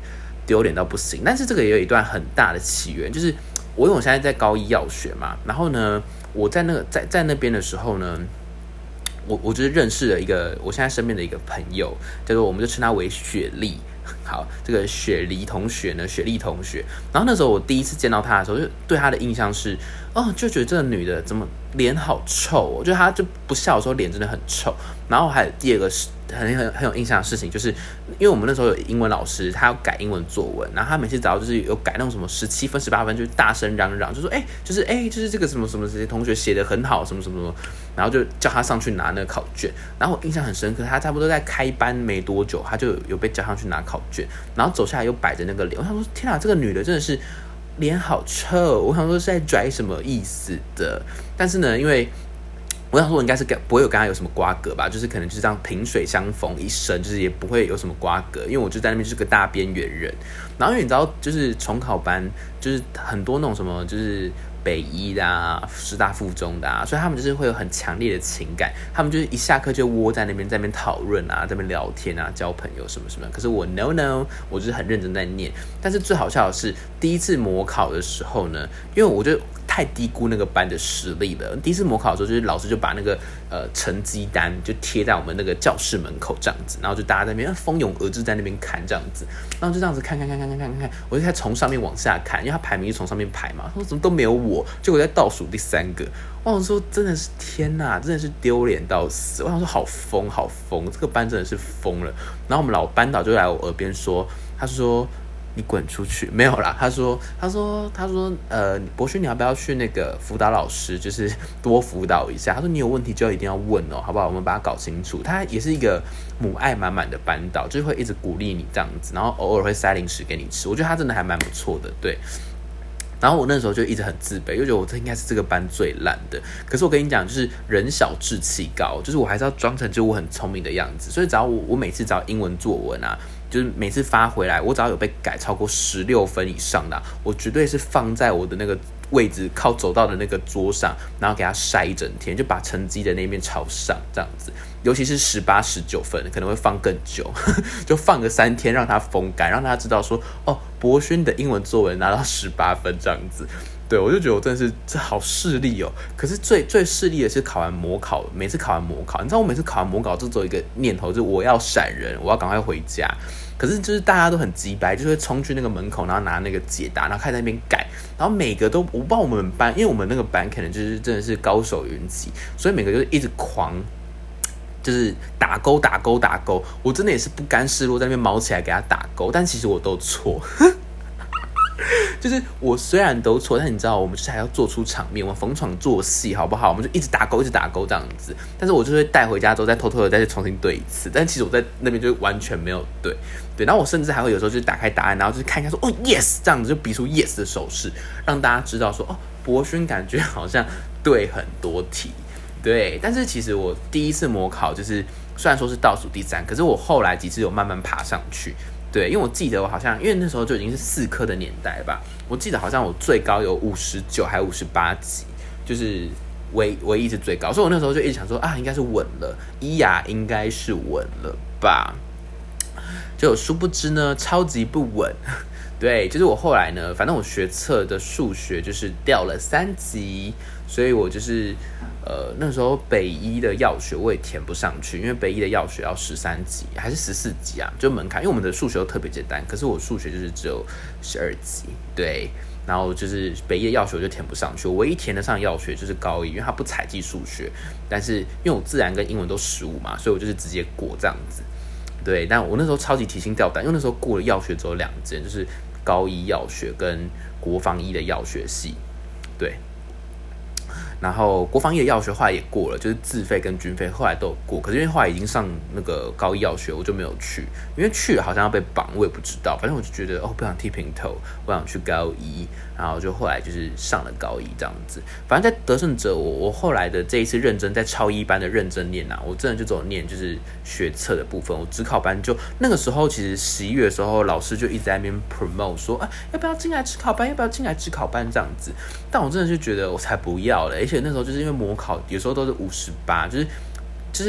丢脸到不行。但是这个也有一段很大的起源，就是因为我现在在高一药学嘛，然后呢，我在那边的时候呢，我就是认识了一个我现在身边的一个朋友，叫做我们就称他为雪莉。好，这个雪莉同学呢，雪莉同学。然后那时候我第一次见到她的时候，就对她的印象是，就觉得这个女的怎么脸好臭哦，就她就不笑的时候脸真的很臭。然后还有第二个是很有印象的事情，就是因为我们那时候有英文老师，他要改英文作文，然后他每次只要就是有改那种什么17分、18分，就是大声嚷嚷，就说就是这个什么什么这些同学写得很好，什么什么什么，然后就叫他上去拿那个考卷。然后我印象很深刻，他差不多在开班没多久，他就有被叫上去拿考卷，然后走下来又摆着那个脸，我想说天啊，这个女的真的是脸好臭，我想说是在拽什么意思的？但是呢，因为我想说，我应该是不会有跟他有什么瓜葛吧，就是可能就是这样萍水相逢一生，就是也不会有什么瓜葛，因为我就在那边就是个大边缘人。然后因为你知道，就是重考班，就是很多那种什么，就是北医的啊、师大附中的啊，所以他们就是会有很强烈的情感，他们就是一下课就窝在那边讨论啊，在那边聊天啊，交朋友什么什么。可是我 no， 我就是很认真在念。但是最好笑的是，第一次模考的时候呢，因为我就太低估那个班的实力了。第一次模考的时候，就是老师就把那个成绩单就贴在我们那个教室门口这样子，然后就大家在那边蜂拥而至在那边看这样子，然后就这样子看，我就开始从上面往下看，因为他排名是从上面排嘛，说怎么都没有我，结果在倒数第3个。我想说真的是天哪，真的是丢脸到死。我想说好疯，这个班真的是疯了。然后我们老班导就来我耳边说，他说你滚出去，没有啦。他说，博勋，你要不要去那个辅导老师，就是多辅导一下？他说你有问题就一定要问哦，好不好？我们把它搞清楚。他也是一个母爱满满的班导，就是会一直鼓励你这样子，然后偶尔会塞零食给你吃。我觉得他真的还蛮不错的，对。然后我那时候就一直很自卑，就觉得我这应该是这个班最烂的。可是我跟你讲，就是人小志气高，就是我还是要装成就我很聪明的样子。所以只要我每次只要英文作文啊，就是每次发回来，我只要有被改超过16分以上的我绝对是放在我的那个位置靠走道的那个桌上，然后给他晒一整天，就把成绩的那面朝上这样子。尤其是18、19分可能会放更久，就放个3天让他风干，让他知道说博勋的英文作文拿到18分这样子。对，我就觉得我真的是这好势利哦。可是最势利的是考完模考，每次考完模考，你知道我每次考完模考就只有一个念头，就是我要闪人，我要赶快回家。可是就是大家都很鸡掰，就是会冲去那个门口，然后拿那个解答，然后开始在那边改，然后每个都我不知道我们班，因为我们那个班可能就是真的是高手云集，所以每个就是一直狂。就是打勾，我真的也是不甘示弱，在那边毛起来给他打勾，但其实我都错。就是我虽然都错，但你知道，我们就是还要做出场面，我们逢场作戏，好不好？我们就一直打勾这样子。但是我就会带回家之后，再偷偷的再去重新对一次。但其实我在那边就完全没有对。然后我甚至还会有时候就打开答案，然后就是看一下说yes 这样子，就比出 yes 的手势，让大家知道说博勋感觉好像对很多题。对，但是其实我第一次模考就是虽然说是倒数第3，可是我后来几次有慢慢爬上去。对，因为我记得我好像因为那时候就已经是4科的年代吧，我记得好像我最高有59还58级，就是唯一是最高，所以我那时候就一直想说应该是稳了，雅应该是稳了吧，就殊不知呢超级不稳。对，就是我后来呢，反正我学测的数学就是掉了3级，所以我就是那时候北医的药学我也填不上去，因为北医的药学要13级还是14级啊，就门槛，因为我们的数学都特别简单，可是我数学就是只有12级，对，然后就是北医的药学我就填不上去，我唯一填得上药学就是高一，因为它不采计数学，但是因为我自然跟英文都15嘛，所以我就是直接过这样子。对，但我那时候超级提心吊胆，因为那时候过了药学只有2间，就是高一药学跟国防医的药学系，对。然后国防医的药学后来也过了，就是自费跟军费后来都有过，可是因为后来已经上那个高一药学，我就没有去，因为去了好像要被绑，我也不知道，反正我就觉得不想剃平头，我想去高一，然后就后来就是上了高一这样子。反正在得胜者我后来的这一次认真在超一班的认真念我真的就只有念就是学测的部分，我指考班就那个时候其实11月的时候老师就一直在那边 promote 说要不要进来指考班，要不要进来指考班这样子，但我真的就觉得我才不要了，而且那时候就是因为模考有时候都是58，就是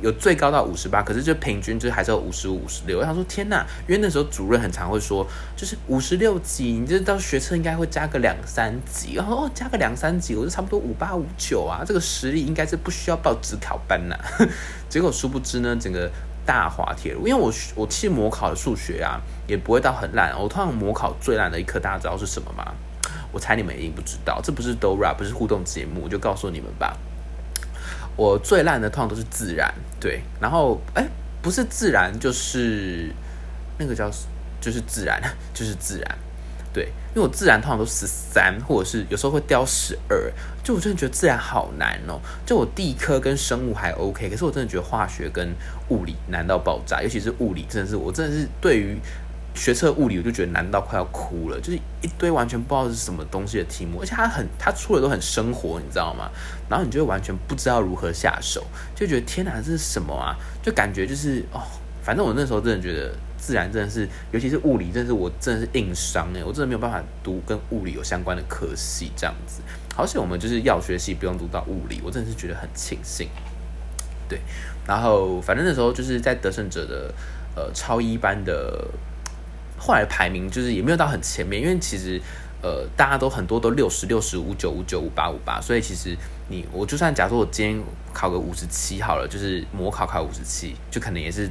有最高到58，可是就平均就还是有55、56。我想说天哪，因为那时候主任很常会说，就是56级，你这到学测应该会加个2、3级，然后加个2、3级，我就差不多58、59啊，这个实力应该是不需要报指考班呐。结果殊不知呢，整个大滑铁卢。因为我其实模考的数学啊，也不会到很烂。我通常模考最烂的一科，大家知道是什么吗？我猜你们一定不知道，这不是 Dora， 不是互动节目，我就告诉你们吧。我最烂的通常都是自然，对，然后不是自然就是那个就是自然，就是自然，对，因为我自然通常都13，或者是有时候会掉12，就我真的觉得自然好难哦。就我地科跟生物还 OK， 可是我真的觉得化学跟物理难到爆炸，尤其是物理，我真的是对于学测物理我就觉得难到快要哭了，就是一堆完全不知道是什么东西的题目，而且它出的都很生活，你知道吗？然后你就会完全不知道如何下手，就觉得天哪，这是什么啊？就感觉就是反正我那时候真的觉得自然真的是，尤其是物理，真的是我真的是硬伤我真的没有办法读跟物理有相关的科系这样子。好险我们就是药学系不用读到物理，我真的是觉得很庆幸。对，然后反正那时候就是在得胜者的超一班的。后来排名就是也没有到很前面，因为其实大家都很多都60、65、95、95、58、58，所以其实我就算假如说我今天考个57好了，就是模考考57，就可能也是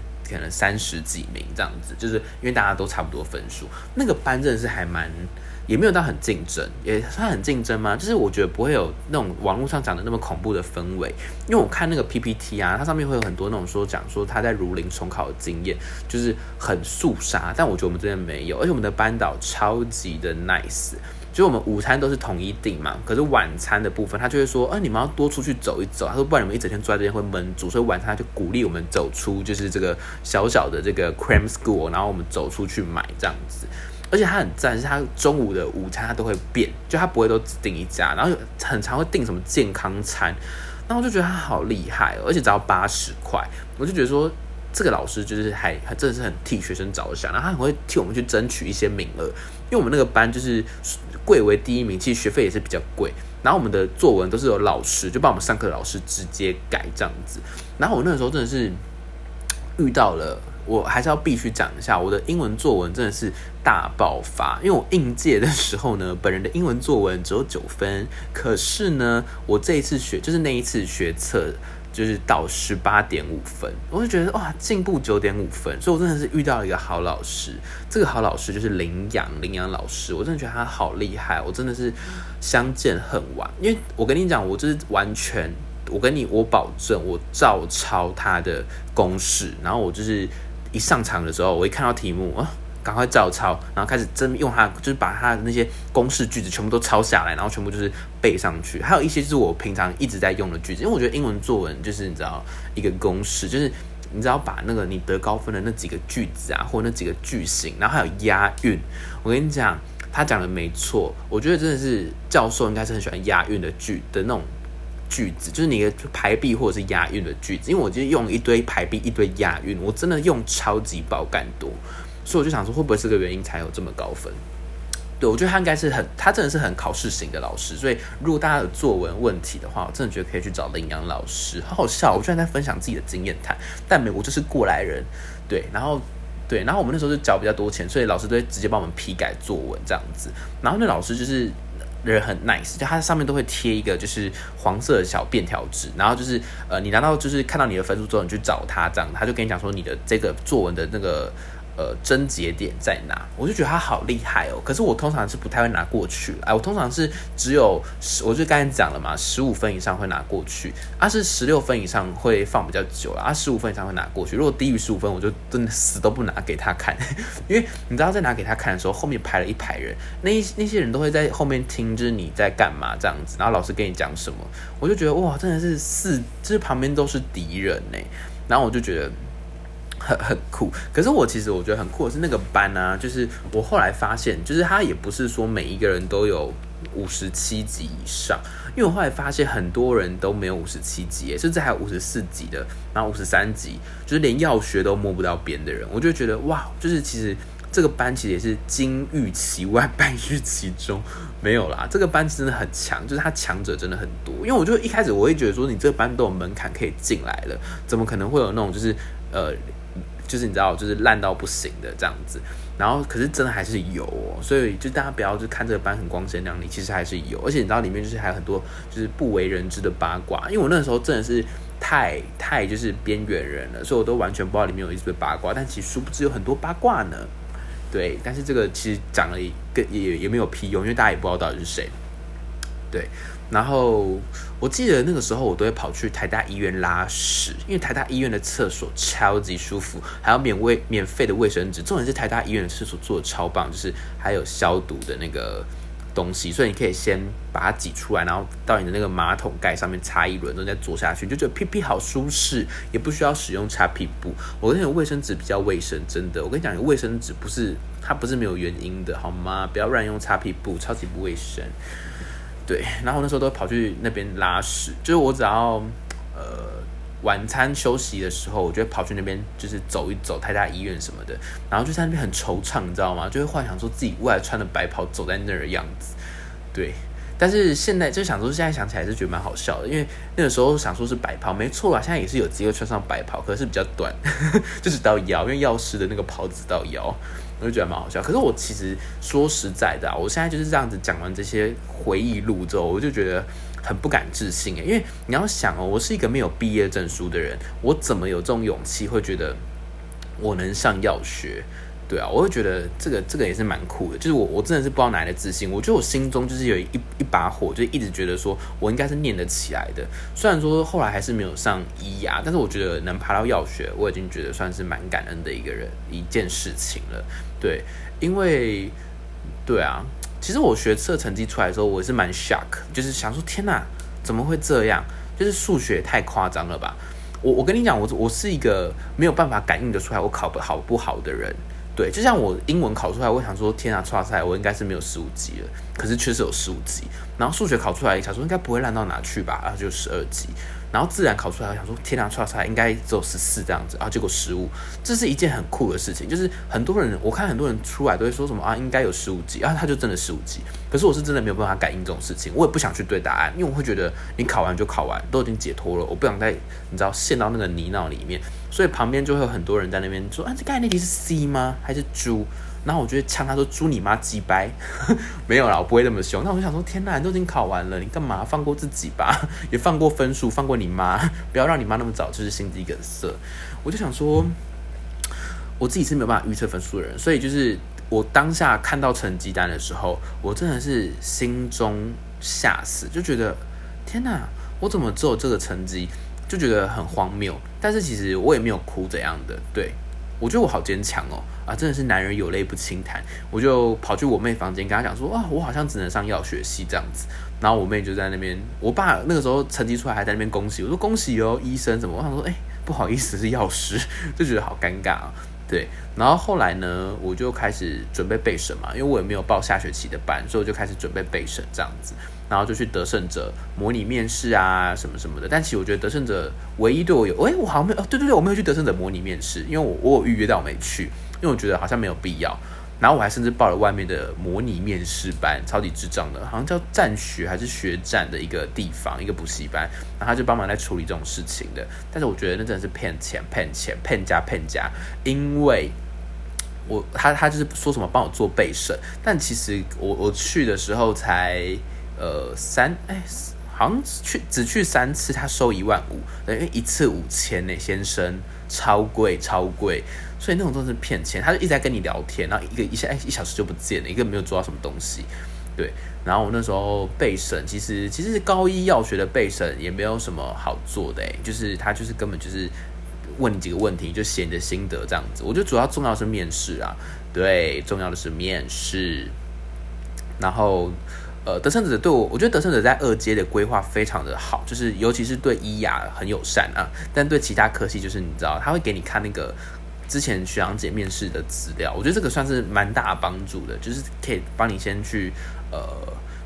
30几名这样子，就是因为大家都差不多分数。那个班真的是也没有到很竞争，也算很竞争吗？就是我觉得不会有那种网络上讲的那么恐怖的氛围，因为我看那个 PPT 啊，它上面会有很多那种讲说他在如林重考的经验，就是很肃杀，但我觉得我们这边没有，而且我们的班导超级的 nice。就我们午餐都是统一订嘛，可是晚餐的部分他就会说，你们要多出去走一走。他说不然你们一整天坐在这边会闷住，所以晚餐他就鼓励我们走出就是这个小小的这个 cram school， 然后我们走出去买这样子。而且他很赞，是他中午的午餐他都会变，就他不会都只订一家，然后很常会订什么健康餐，然后我就觉得他好厉害而且只要80块，我就觉得说这个老师就是真的是很替学生着想，然后他很会替我们去争取一些名额，因为我们那个班就是贵为第1名，其实学费也是比较贵，然后我们的作文都是有老师就帮我们上课的老师直接改这样子，然后我那个时候真的是遇到了。我还是要必须讲一下，我的英文作文真的是大爆发。因为我应届的时候呢，本人的英文作文只有9分，可是呢，我这一次就是那一次学测，就是到18.5分，我就觉得哇，进步9.5分，所以我真的是遇到了一个好老师。这个好老师就是林阳老师，我真的觉得他好厉害，我真的是相见恨晚。因为我跟你讲，我就是完全，我保证，我照抄他的公式，然后我就是一上场的时候，我一看到题目赶快照抄，然后开始真用它，就是把它的那些公式句子全部都抄下来，然后全部就是背上去。还有一些就是我平常一直在用的句子，因为我觉得英文作文就是你知道一个公式，就是你只要把那个你得高分的那几个句子啊，或者那几个句型，然后还有押韵。我跟你讲，他讲的没错，我觉得真的是教授应该是很喜欢押韵的那种句子，就是你的排比或者是押韵的句子，因为我就用一堆排比一堆押韵，我真的用超级爆干多，所以我就想说会不会是这个原因才有这么高分。对，我觉得他真的是很考试型的老师，所以如果大家有作文问题的话，我真的觉得可以去找林阳老师。好好笑，我居然在分享自己的经验谈，但我就是过来人。对，然后我们那时候就缴比较多钱，所以老师都会直接帮我们批改作文这样子。然后那老师就是人很 nice， 就他上面都会贴一个就是黄色的小便条纸，然后就是你拿到就是看到你的分数之后，你去找他这样，他就跟你讲说你的这个作文的那个症结点在哪，我就觉得他好厉害哦。可是我通常是不太会拿过去，我通常是只有我就刚才讲了嘛，15分以上会拿过去，是16分以上会放比较久了，15分以上会拿过去。如果低于15分，我就真的死都不拿给他看，因为你知道在拿给他看的时候，后面排了一排人，那些人都会在后面听，就是你在干嘛这样子，然后老师跟你讲什么，我就觉得哇，真的是就是旁边都是敌人呢，然后我就觉得。很酷，可是我觉得很酷的是那个班啊，就是我后来发现，就是他也不是说每一个人都有57级以上，因为我后来发现很多人都没有57级，甚至还有54级的，然后53级，就是连药学都摸不到边的人，我就觉得哇，就是其实这个班其实也是金玉其外，败絮其中。没有啦，这个班真的很强，就是他强者真的很多。因为我就一开始我会觉得说，你这个班都有门槛可以进来了，怎么可能会有那种就是你知道，就是烂到不行的这样子。然后可是真的还是有所以就大家不要就看这个班很光鲜亮丽，其实还是有。而且你知道里面就是还有很多就是不为人知的八卦，因为我那时候真的是太就是边缘人了，所以我都完全不知道里面有一堆八卦，但其实殊不知有很多八卦呢。对，但是这个其实讲了也没有屁用，因为大家也不知道到底是谁。对，然后我记得那个时候我都会跑去台大医院拉屎，因为台大医院的厕所超级舒服，还有免费的卫生纸。重点是台大医院的厕所做的超棒，就是还有消毒的那个东西，所以你可以先把它挤出来，然后到你的那个马桶盖上面擦一轮，然后再坐下去，就觉得屁屁好舒适，也不需要使用擦屁布。我跟你讲，卫生纸比较卫生，真的。我跟你讲，卫生纸不是没有原因的，好吗？不要乱用擦屁布，超级不卫生。对，然后我那时候都跑去那边拉屎，就是我只要晚餐休息的时候，我就会跑去那边，就是走一走台大医院什么的，然后就在那边很惆怅，你知道吗？就会幻想说自己未来穿的白袍走在那儿的样子，对。但是现在就想说，现在想起来是觉得蛮好笑的，因为那个时候想说是白袍，没错啦，现在也是有机会穿上白袍，可是比较短，就只到腰，因为药师的那个袍子到腰。我就觉得蛮好笑，可是我其实说实在的我现在就是这样子讲完这些回忆录之后，我就觉得很不敢置信因为你要想我是一个没有毕业证书的人，我怎么有这种勇气会觉得我能上药学？对啊，我会觉得这个也是蛮酷的，就是我真的是不知道哪来的自信，我觉得我心中就是有一把火，就一直觉得说我应该是念得起来的。虽然说后来还是没有上医牙，但是我觉得能爬到药学，我已经觉得算是蛮感恩的一件事情了。对，因为对啊，其实我学测成绩出来的时候，我也是蛮 shock， 就是想说天哪，怎么会这样？就是数学太夸张了吧？我跟你讲，我是一个没有办法感应得出来我考不好不好的人。对，就像我英文考出来，我想说天啊，剉赛，我应该是没有15级了，可是确实有15级。然后数学考出来，想说应该不会烂到哪去吧，然后就12级。然后自然考出来，想说天啊，剉赛应该只有14这样子，然后结果15。这是一件很酷的事情，就是很多人，我看很多人出来都会说什么应该有15级，他就真的15级。可是我是真的没有办法感应这种事情，我也不想去对答案，因为我会觉得你考完就考完，都已经解脱了，我不想再你知道陷到那个泥淖里面。所以旁边就会有很多人在那边说这刚才那题是 C 吗？还是猪？然后我就会呛他说猪你妈鸡掰没有啦，我不会那么凶。那我就想说天哪，你都已经考完了，你干嘛放过自己吧？也放过分数，放过你妈，不要让你妈那么早就是心肌梗塞。我就想说我自己是没有办法预测分数的人，所以就是我当下看到成绩单的时候，我真的是心中吓死，就觉得天哪，我怎么只有这个成绩，就觉得很荒谬。但是其实我也没有哭怎样的，对，我觉得我好坚强真的是男人有泪不轻弹。我就跑去我妹房间跟她讲说我好像只能上药学系这样子。然后我妹就在那边，我爸那个时候成绩出来还在那边恭喜我说恭喜医生什么。我想说不好意思是药师，就觉得好尴尬对，然后后来呢，我就开始准备备审嘛，因为我也没有报下学期的班，所以我就开始准备备审这样子，然后就去得胜者模拟面试啊什么什么的。但其实我觉得得胜者唯一对我有，我好像没有对，我没有去得胜者模拟面试，因为我有预约到我没去，因为我觉得好像没有必要。然后我还甚至报了外面的模拟面试班，超级智障的，好像叫战学还是学战的一个地方，一个补习班，然后他就帮忙在处理这种事情的。但是我觉得那真的是骗钱，骗家，因为他就是说什么帮我做备审，但其实我去的时候才好像只去3次，他收15000，因为一次5000呢，先生，超贵。所以那种真的是骗钱，他就一直在跟你聊天，然后一小时就不见了，一个没有做到什么东西。对，然后我那时候备审，其实高一药学的备审也没有什么好做的就是他就是根本就是问你几个问题，就写你的心得这样子。我觉得主要重要的是面试啊，对，重要的是面试。然后得胜者对我觉得得胜者在2阶的规划非常的好，就是尤其是对医牙很友善但对其他科系就是你知道他会给你看那个之前学长姐面试的资料，我觉得这个算是蛮大的帮助的，就是可以帮你先去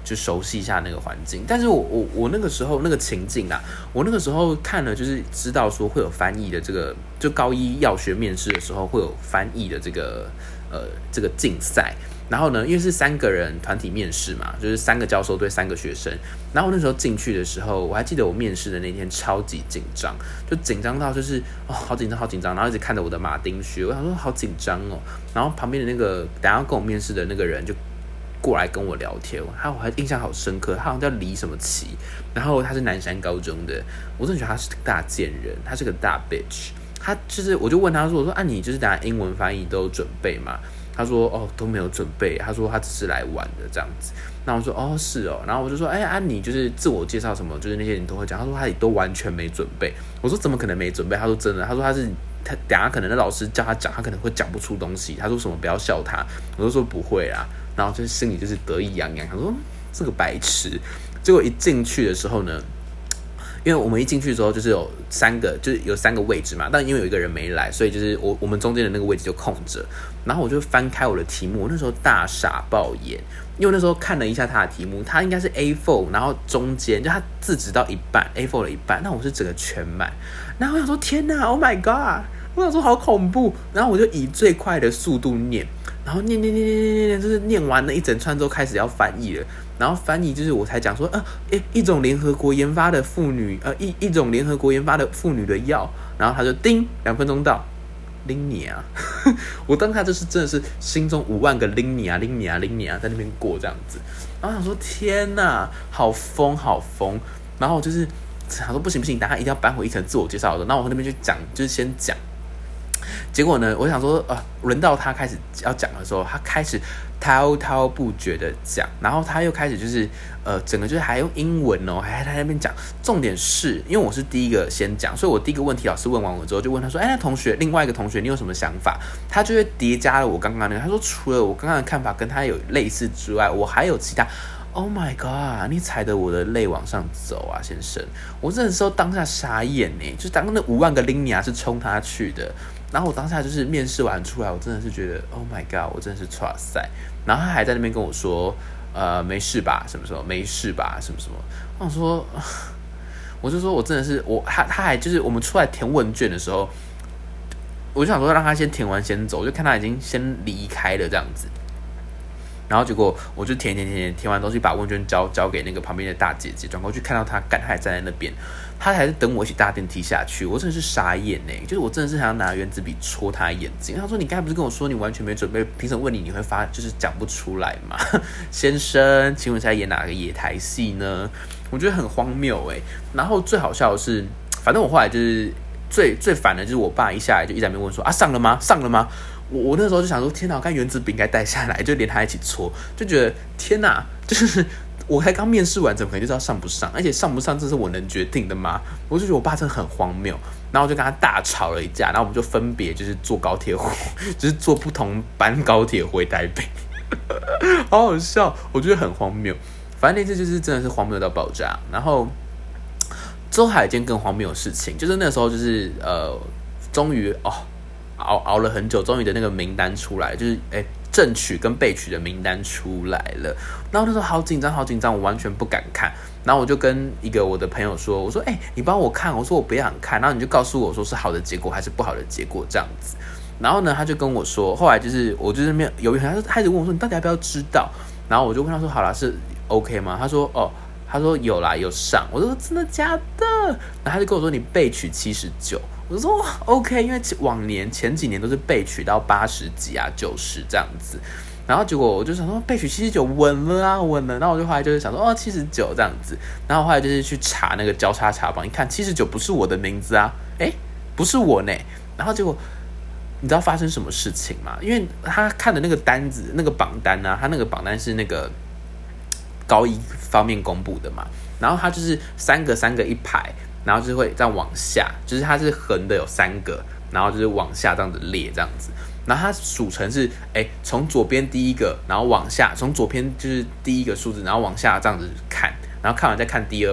就熟悉一下那个环境。但是我那个时候那个情境啊，我那个时候看了就是知道说会有翻译的这个，就高一药学面试的时候会有翻译的这个竞赛。然后呢，因为是3个人团体面试嘛，就是3个教授对3个学生。然后我那时候进去的时候，我还记得我面试的那天超级紧张，就紧张到就是好紧张好紧张，然后一直看着我的马丁靴，我想说好紧张哦。然后旁边的那个等一下跟我面试的那个人就过来跟我聊天，我还印象好深刻，他好像叫李什么奇，然后他是南山高中的，我真的觉得他是个大贱人，他是个大 bitch。他就是我就问他说，我说你就是等一下英文翻译都有准备吗？他说都没有准备，他说他只是来玩的这样子。那我说是哦，然后我就说你就是自我介绍什么，就是那些人都会讲。他说他也都完全没准备。我说怎么可能没准备？他说真的，他说他等下可能那老师叫他讲，他可能会讲不出东西。他说什么不要笑他，我就说不会啦。然后就是心里就是得意洋洋，他说这个白痴。结果一进去的时候呢，因为我们一进去之后就是有3个位置嘛，但因为有一个人没来，所以就是我们中间的那个位置就空着。然后我就翻开我的题目，我那时候大傻爆眼，因为那时候看了一下他的题目，他应该是 A4， 然后中间就他字只到一半 ，A4 的一半，那我是整个全满。然后我想说天哪 ，Oh my god！ 我想说好恐怖。然后我就以最快的速度念，然后念，就是念完了一整串之后开始要翻译了。然后翻译就是我才讲说，一种联合国研发的妇女，一种联合国研发的妇女的药。然后他就叮，2分钟到。拎你啊！我当下就是真的是心中5万个拎你啊在那边过这样子，然后想说天哪，好疯好疯！然后就是想说不行，等下一定要搬回一层自我介绍的。然后我那边就讲，就是先讲。结果呢，我想说轮到他开始要讲的时候，他开始滔滔不绝的讲，然后他又开始就是整个就是还用英文还在那边讲。重点是因为我是第一个先讲，所以我第一个问题老师问完我之后就问他说，那同学，另外一个同学你有什么想法？他就会叠加了我刚刚那个，他说除了我刚刚的看法跟他有类似之外，我还有其他。Oh my god！ 你踩着我的泪往上走啊，先生！我真的时候当下傻眼呢，就是当那5万个拎尼啊是冲他去的。然后我当下就是面试完出来，我真的是觉得 Oh my god！ 我真的是剉赛。然后他还在那边跟我说，没事吧？什么什么没事吧？什么什么？我想说，我就说我真的是他还就是我们出来填问卷的时候，我就想说让他先填完先走，就看他已经先离开了这样子。然后结果我就填完东西，把问卷交给那个旁边的大姐姐，转过去看到她还站在那边，她还是等我一起搭电梯下去，我真的是傻眼欸，就是我真的是想要拿原子笔戳她眼睛。她说你刚才不是跟我说你完全没准备，凭什么问你会发就是讲不出来吗？先生，请问是在演哪个野台戏呢？我觉得很荒谬欸。然后最好笑的是，反正我后来就是最烦的就是我爸一下来就一直在那边问说上了吗？我那时候就想说，天哪！我看原子笔应该带下来，就连他一起搓，就觉得天哪！就是我才刚面试完，怎么可能就知道上不上？而且上不上，这是我能决定的吗？我就觉得我爸真的很荒谬。然后我就跟他大吵了一架，然后我们就分别就是坐高铁，就是坐不同班高铁回台北，好好笑，我觉得很荒谬。反正那次就是真的是荒谬到爆炸。然后之后还有一件更荒谬的事情，就是那时候就是终于熬了很久，终于的那个名单出来，就是正取跟备取的名单出来了。然后那时候好紧张，我完全不敢看。然后我就跟一个我的朋友说，我说你帮我看，我说我不想看，然后你就告诉我说是好的结果还是不好的结果这样子。然后呢，他就跟我说，后来就是我就是没有犹豫，他就开始问我说你到底要不要知道？然后我就问他说好啦，是 OK 吗？他说有啦，有上。我说真的假的？然后他就跟我说你备取79。我说 OK， 因为往年前几年都是备取到80几啊90这样子，然后结果我就想说备取79稳了。然后我就后来就是想说79这样子，然后后来就是去查那个交叉查榜，一看79不是我的名字啊，不是我呢。然后结果你知道发生什么事情吗？因为他看的那个单子那个榜单啊，他那个榜单是那个高一方面公布的嘛，然后他就是三个一排。然后就是会这样往下，就是它是横的有3个，然后就是往下这样子列这样子。然后它数成是从左边第一个，然后往下，从左边就是第一个数字，然后往下这样子看，然后看完再看第2排，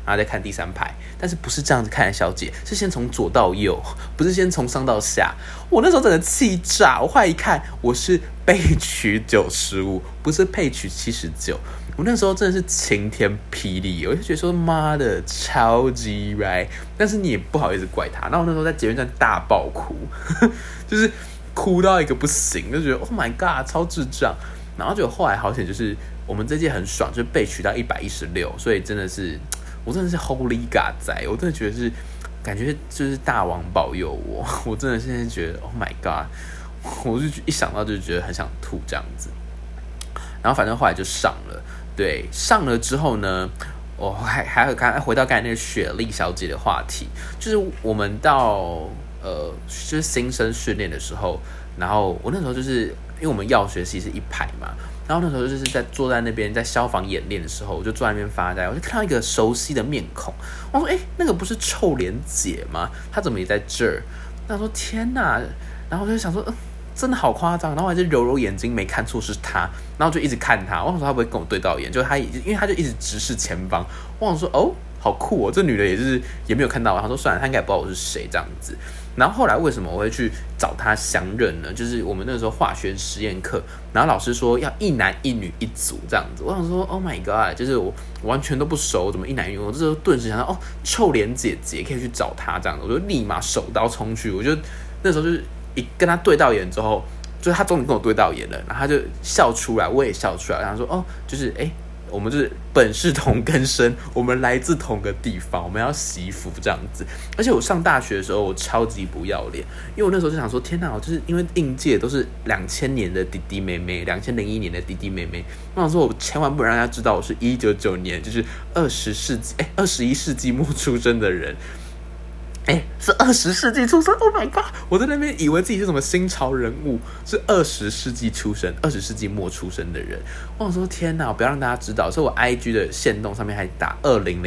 然后再看第3排，但是不是这样子看的小姐，是先从左到右，不是先从上到下。我那时候整个气炸，我后来一看，我是备取95，不是配取79。我那时候真的是晴天霹雳，我就觉得说妈的超级right，但是你也不好意思怪他。然后我那时候在捷运站大爆哭，就是哭到一个不行，就觉得 Oh my God 超智障。然后就后来好险，就是我们这届很爽，就是被取到116，所以真的是我真的是 Holy God 仔，我真的觉得是感觉就是大王保佑我，我真的现在觉得 Oh my God， 我就一想到就觉得很想吐这样子。然后反正后来就上了。对，上了之后呢，我还有回到刚才那个雪莉小姐的话题，就是我们到就是新生训练的时候，然后我那时候就是因为我们药学系是一排嘛，然后那时候就是坐在那边在消防演练的时候，我就坐在那边发呆，我就看到一个熟悉的面孔，我说那个不是臭脸姐吗？她怎么也在这儿？那我说天哪，然后我就想说真的好夸张，然后我还是揉揉眼睛没看错是他，然后就一直看他，我想说他不会跟我对到眼，就他因为他就一直直视前方，我想说好酷哦，这女的也没有看到我，他说算了，他应该也不知道我是谁这样子。然后后来为什么我会去找他相认呢？就是我们那时候化学实验课，然后老师说要一男一女一组这样子，我想说 Oh my God， 就是我完全都不熟，怎么一男一女？我这时候顿时想到臭脸姐姐可以去找他这样子，我就立马手刀冲去，我就那时候就是一跟他对到眼之后，就是他终于跟我对到眼了，然后他就笑出来，我也笑出来，然后说就是我们就是本是同根生，我们来自同个地方，我们要媳妇这样子。而且我上大学的时候，我超级不要脸，因为我那时候就想说，天哪，我就是因为应届都是2000年的弟弟妹妹，2001年的弟弟妹妹，我想说我千万不能让大家知道我是1999年，就是21世纪末出生的人。是20世纪出生 ，Oh my God！ 我在那边以为自己是什么新潮人物，是20世纪出生、20世纪末出生的人。我想说天哪，我不要让大家知道，所以我 IG 的限动上面还打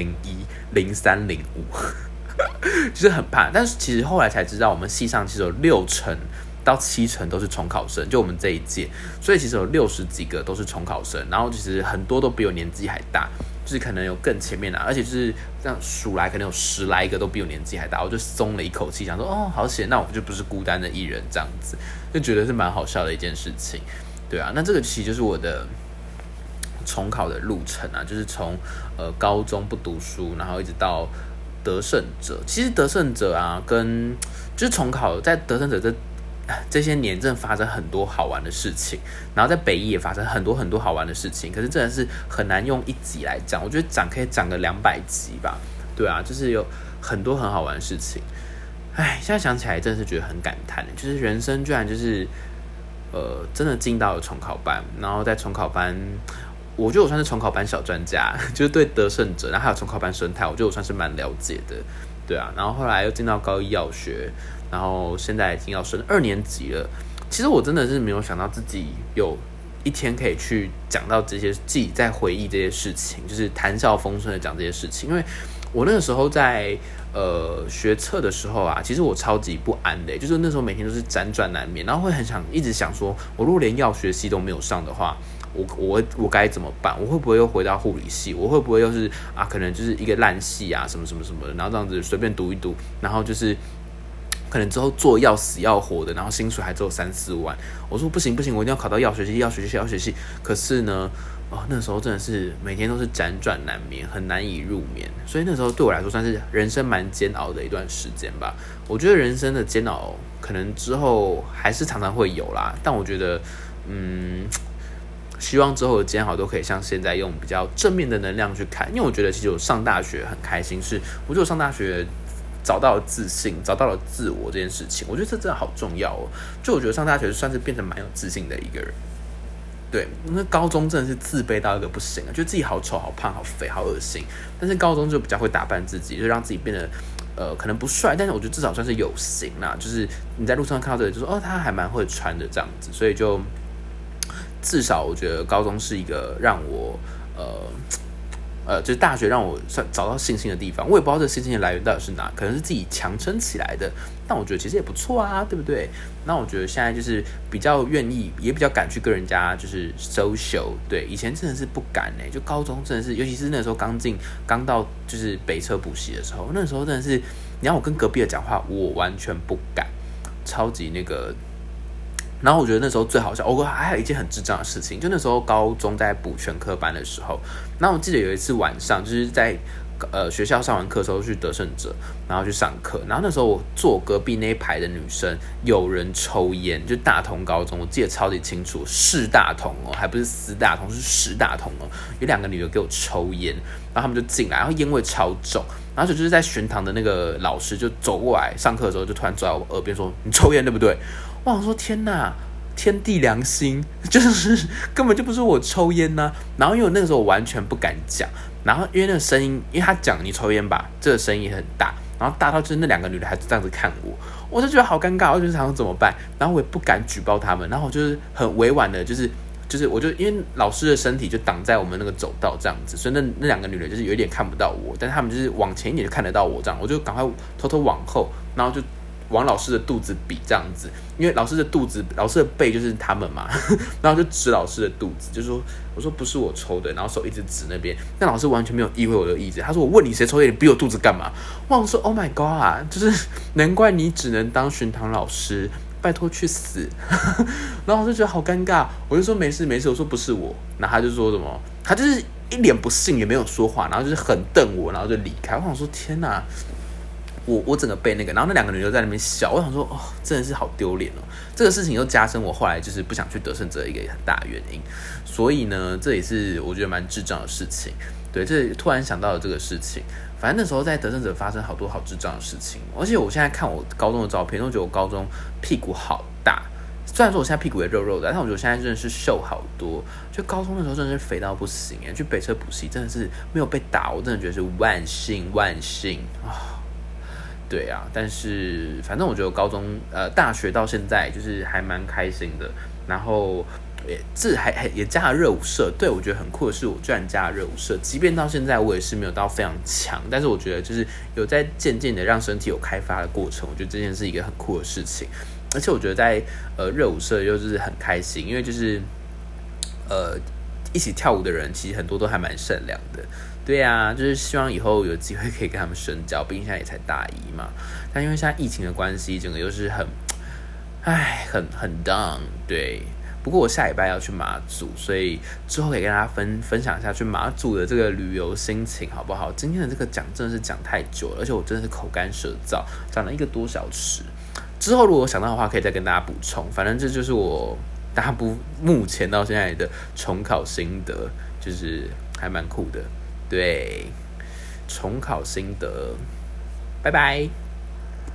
2001-0305，就是很怕。但是其实后来才知道，我们系上其实有60%到70%都是重考生，就我们这一届，所以其实有60几个都是重考生，然后其实很多都比我年纪还大。就是可能有更前面而且就是这样数来，可能有10来个都比我年纪还大，我就松了一口气，想说好险，那我就不是孤单的一人，这样子就觉得是蛮好笑的一件事情，对啊，那这个其实就是我的重考的路程啊，就是从高中不读书，然后一直到得胜者。其实得胜者啊，跟就是重考在得胜者这些年真的发生很多好玩的事情，然后在北医也发生很多很多好玩的事情，可是真的是很难用一集来讲，我觉得可以讲个200集吧，对啊，就是有很多很好玩的事情。现在想起来真的是觉得很感叹，就是人生居然就是真的进到了重考班，然后在重考班，我觉得我算是重考班小专家，就是对得胜者，然后还有重考班生态，我觉得我算是蛮了解的，对啊，然后后来又进到高一药学。然后现在已经要升2年级了，其实我真的是没有想到自己有一天可以去讲到这些，自己在回忆这些事情，就是谈笑风生的讲这些事情。因为我那个时候在学测的时候啊，其实我超级不安的，就是那时候每天都是辗转难眠，然后会一直想说，我如果连药学系都没有上的话，我该怎么办？我会不会又回到护理系？我会不会又是可能就是一个烂系啊，什么什么什么的，然后这样子随便读一读，然后就是可能之后做要死要活的，然后薪水还只有3-4万。我说不行，我一定要考到药学系。可是呢，那时候真的是每天都是辗转难眠，很难以入眠。所以那时候对我来说算是人生蛮煎熬的一段时间吧。我觉得人生的煎熬可能之后还是常常会有啦，但我觉得，希望之后的煎熬都可以像现在用比较正面的能量去看。因为我觉得其实我上大学很开心，我觉得我上大学找到了自信，找到了自我这件事情，我觉得这真的好重要哦。就我觉得上大学算是变成蛮有自信的一个人。对，那高中真的是自卑到一个不行了，觉得自己好丑、好胖、好肥、好恶心。但是高中就比较会打扮自己，就让自己变得可能不帅，但是我觉得至少算是有型啦。就是你在路上看到这个，就说他还蛮会穿的这样子，所以就至少我觉得高中是一个让我就是大学让我找到信心的地方。我也不知道这个信心的来源到底是哪，可能是自己强撑起来的。但我觉得其实也不错啊，对不对？那我觉得现在就是比较愿意，也比较敢去跟人家就是 social。对，以前真的是不敢就高中真的是，尤其是那时候刚到就是北车补习的时候，那时候真的是，你让我跟隔壁的讲话，我完全不敢，超级那个。然后我觉得那时候最好笑，还有一件很智障的事情，就那时候高中在补全科班的时候，然后我记得有一次晚上就是在学校上完课的时候去得胜者，然后去上课，然后那时候我坐隔壁那一排的女生有人抽烟，就大同高中，我记得超级清楚，市大同还不是私大同，是市大同有2个女的给我抽烟，然后他们就进来，然后烟味超重，然后就是在巡堂的那个老师就走过来，上课的时候就突然走在我耳边说：“你抽烟对不对？”我想说天哪，天地良心，就是根本就不是我抽烟呐。然后因为我那个时候我完全不敢讲，然后因为那个声音，因为他讲你抽烟吧，这个声音也很大，然后大到就是那2个女的还这样子看我，我就觉得好尴尬，我就想怎么办，然后我也不敢举报他们，然后我就是很委婉的，就是我就因为老师的身体就挡在我们那个走道这样子，所以那2个女的就是有一点看不到我，但是他们就是往前一点就看得到我这样，我就赶快偷偷往后，然后就往老师的肚子比这样子，因为老师的背就是他们嘛，然后就指老师的肚子，就说我说不是我抽的，然后手一直指那边，但老师完全没有意会我的意思，他说我问你谁抽烟，你比我肚子干嘛？我想说 Oh my God， 就是难怪你只能当巡堂老师，拜托去死！然后我就觉得好尴尬，我就说没事，我说不是我，然后他就说什么，他就是一脸不信也没有说话，然后就是很瞪我，然后就离开。我想说天哪！我整个被那个，然后那2个女的在那边笑，我想说真的是好丢脸这个事情又加深我后来就是不想去得胜者一个很大的原因，所以呢，这也是我觉得蛮智障的事情。对，这突然想到了这个事情。反正那时候在得胜者发生好多好智障的事情，而且我现在看我高中的照片，都觉得我高中屁股好大。虽然说我现在屁股也肉肉的，但我觉得我现在真的是瘦好多。就高中的时候真的是肥到不行去北车补习真的是没有被打，我真的觉得是万幸对啊，但是反正我觉得高中大学到现在就是还蛮开心的，然后也加了热舞社。对，我觉得很酷的是我居然加了热舞社，即便到现在我也是没有到非常强，但是我觉得就是有在渐渐的让身体有开发的过程，我觉得这件事是一个很酷的事情。而且我觉得在热舞社又就是很开心，因为就是一起跳舞的人其实很多都还蛮善良的。对啊，就是希望以后有机会可以跟他们深交，毕竟现在也才大一嘛。但因为现在疫情的关系，整个又是很 down。对，不过我下礼拜要去马祖，所以之后可以跟大家分享一下去马祖的这个旅游心情，好不好？今天的这个讲真的是讲太久了，而且我真的是口干舌燥，讲了1个多小时。之后如果想到的话，可以再跟大家补充。反正这就是我目前到现在的重考心得，就是还蛮酷的。对，重考心得，拜拜。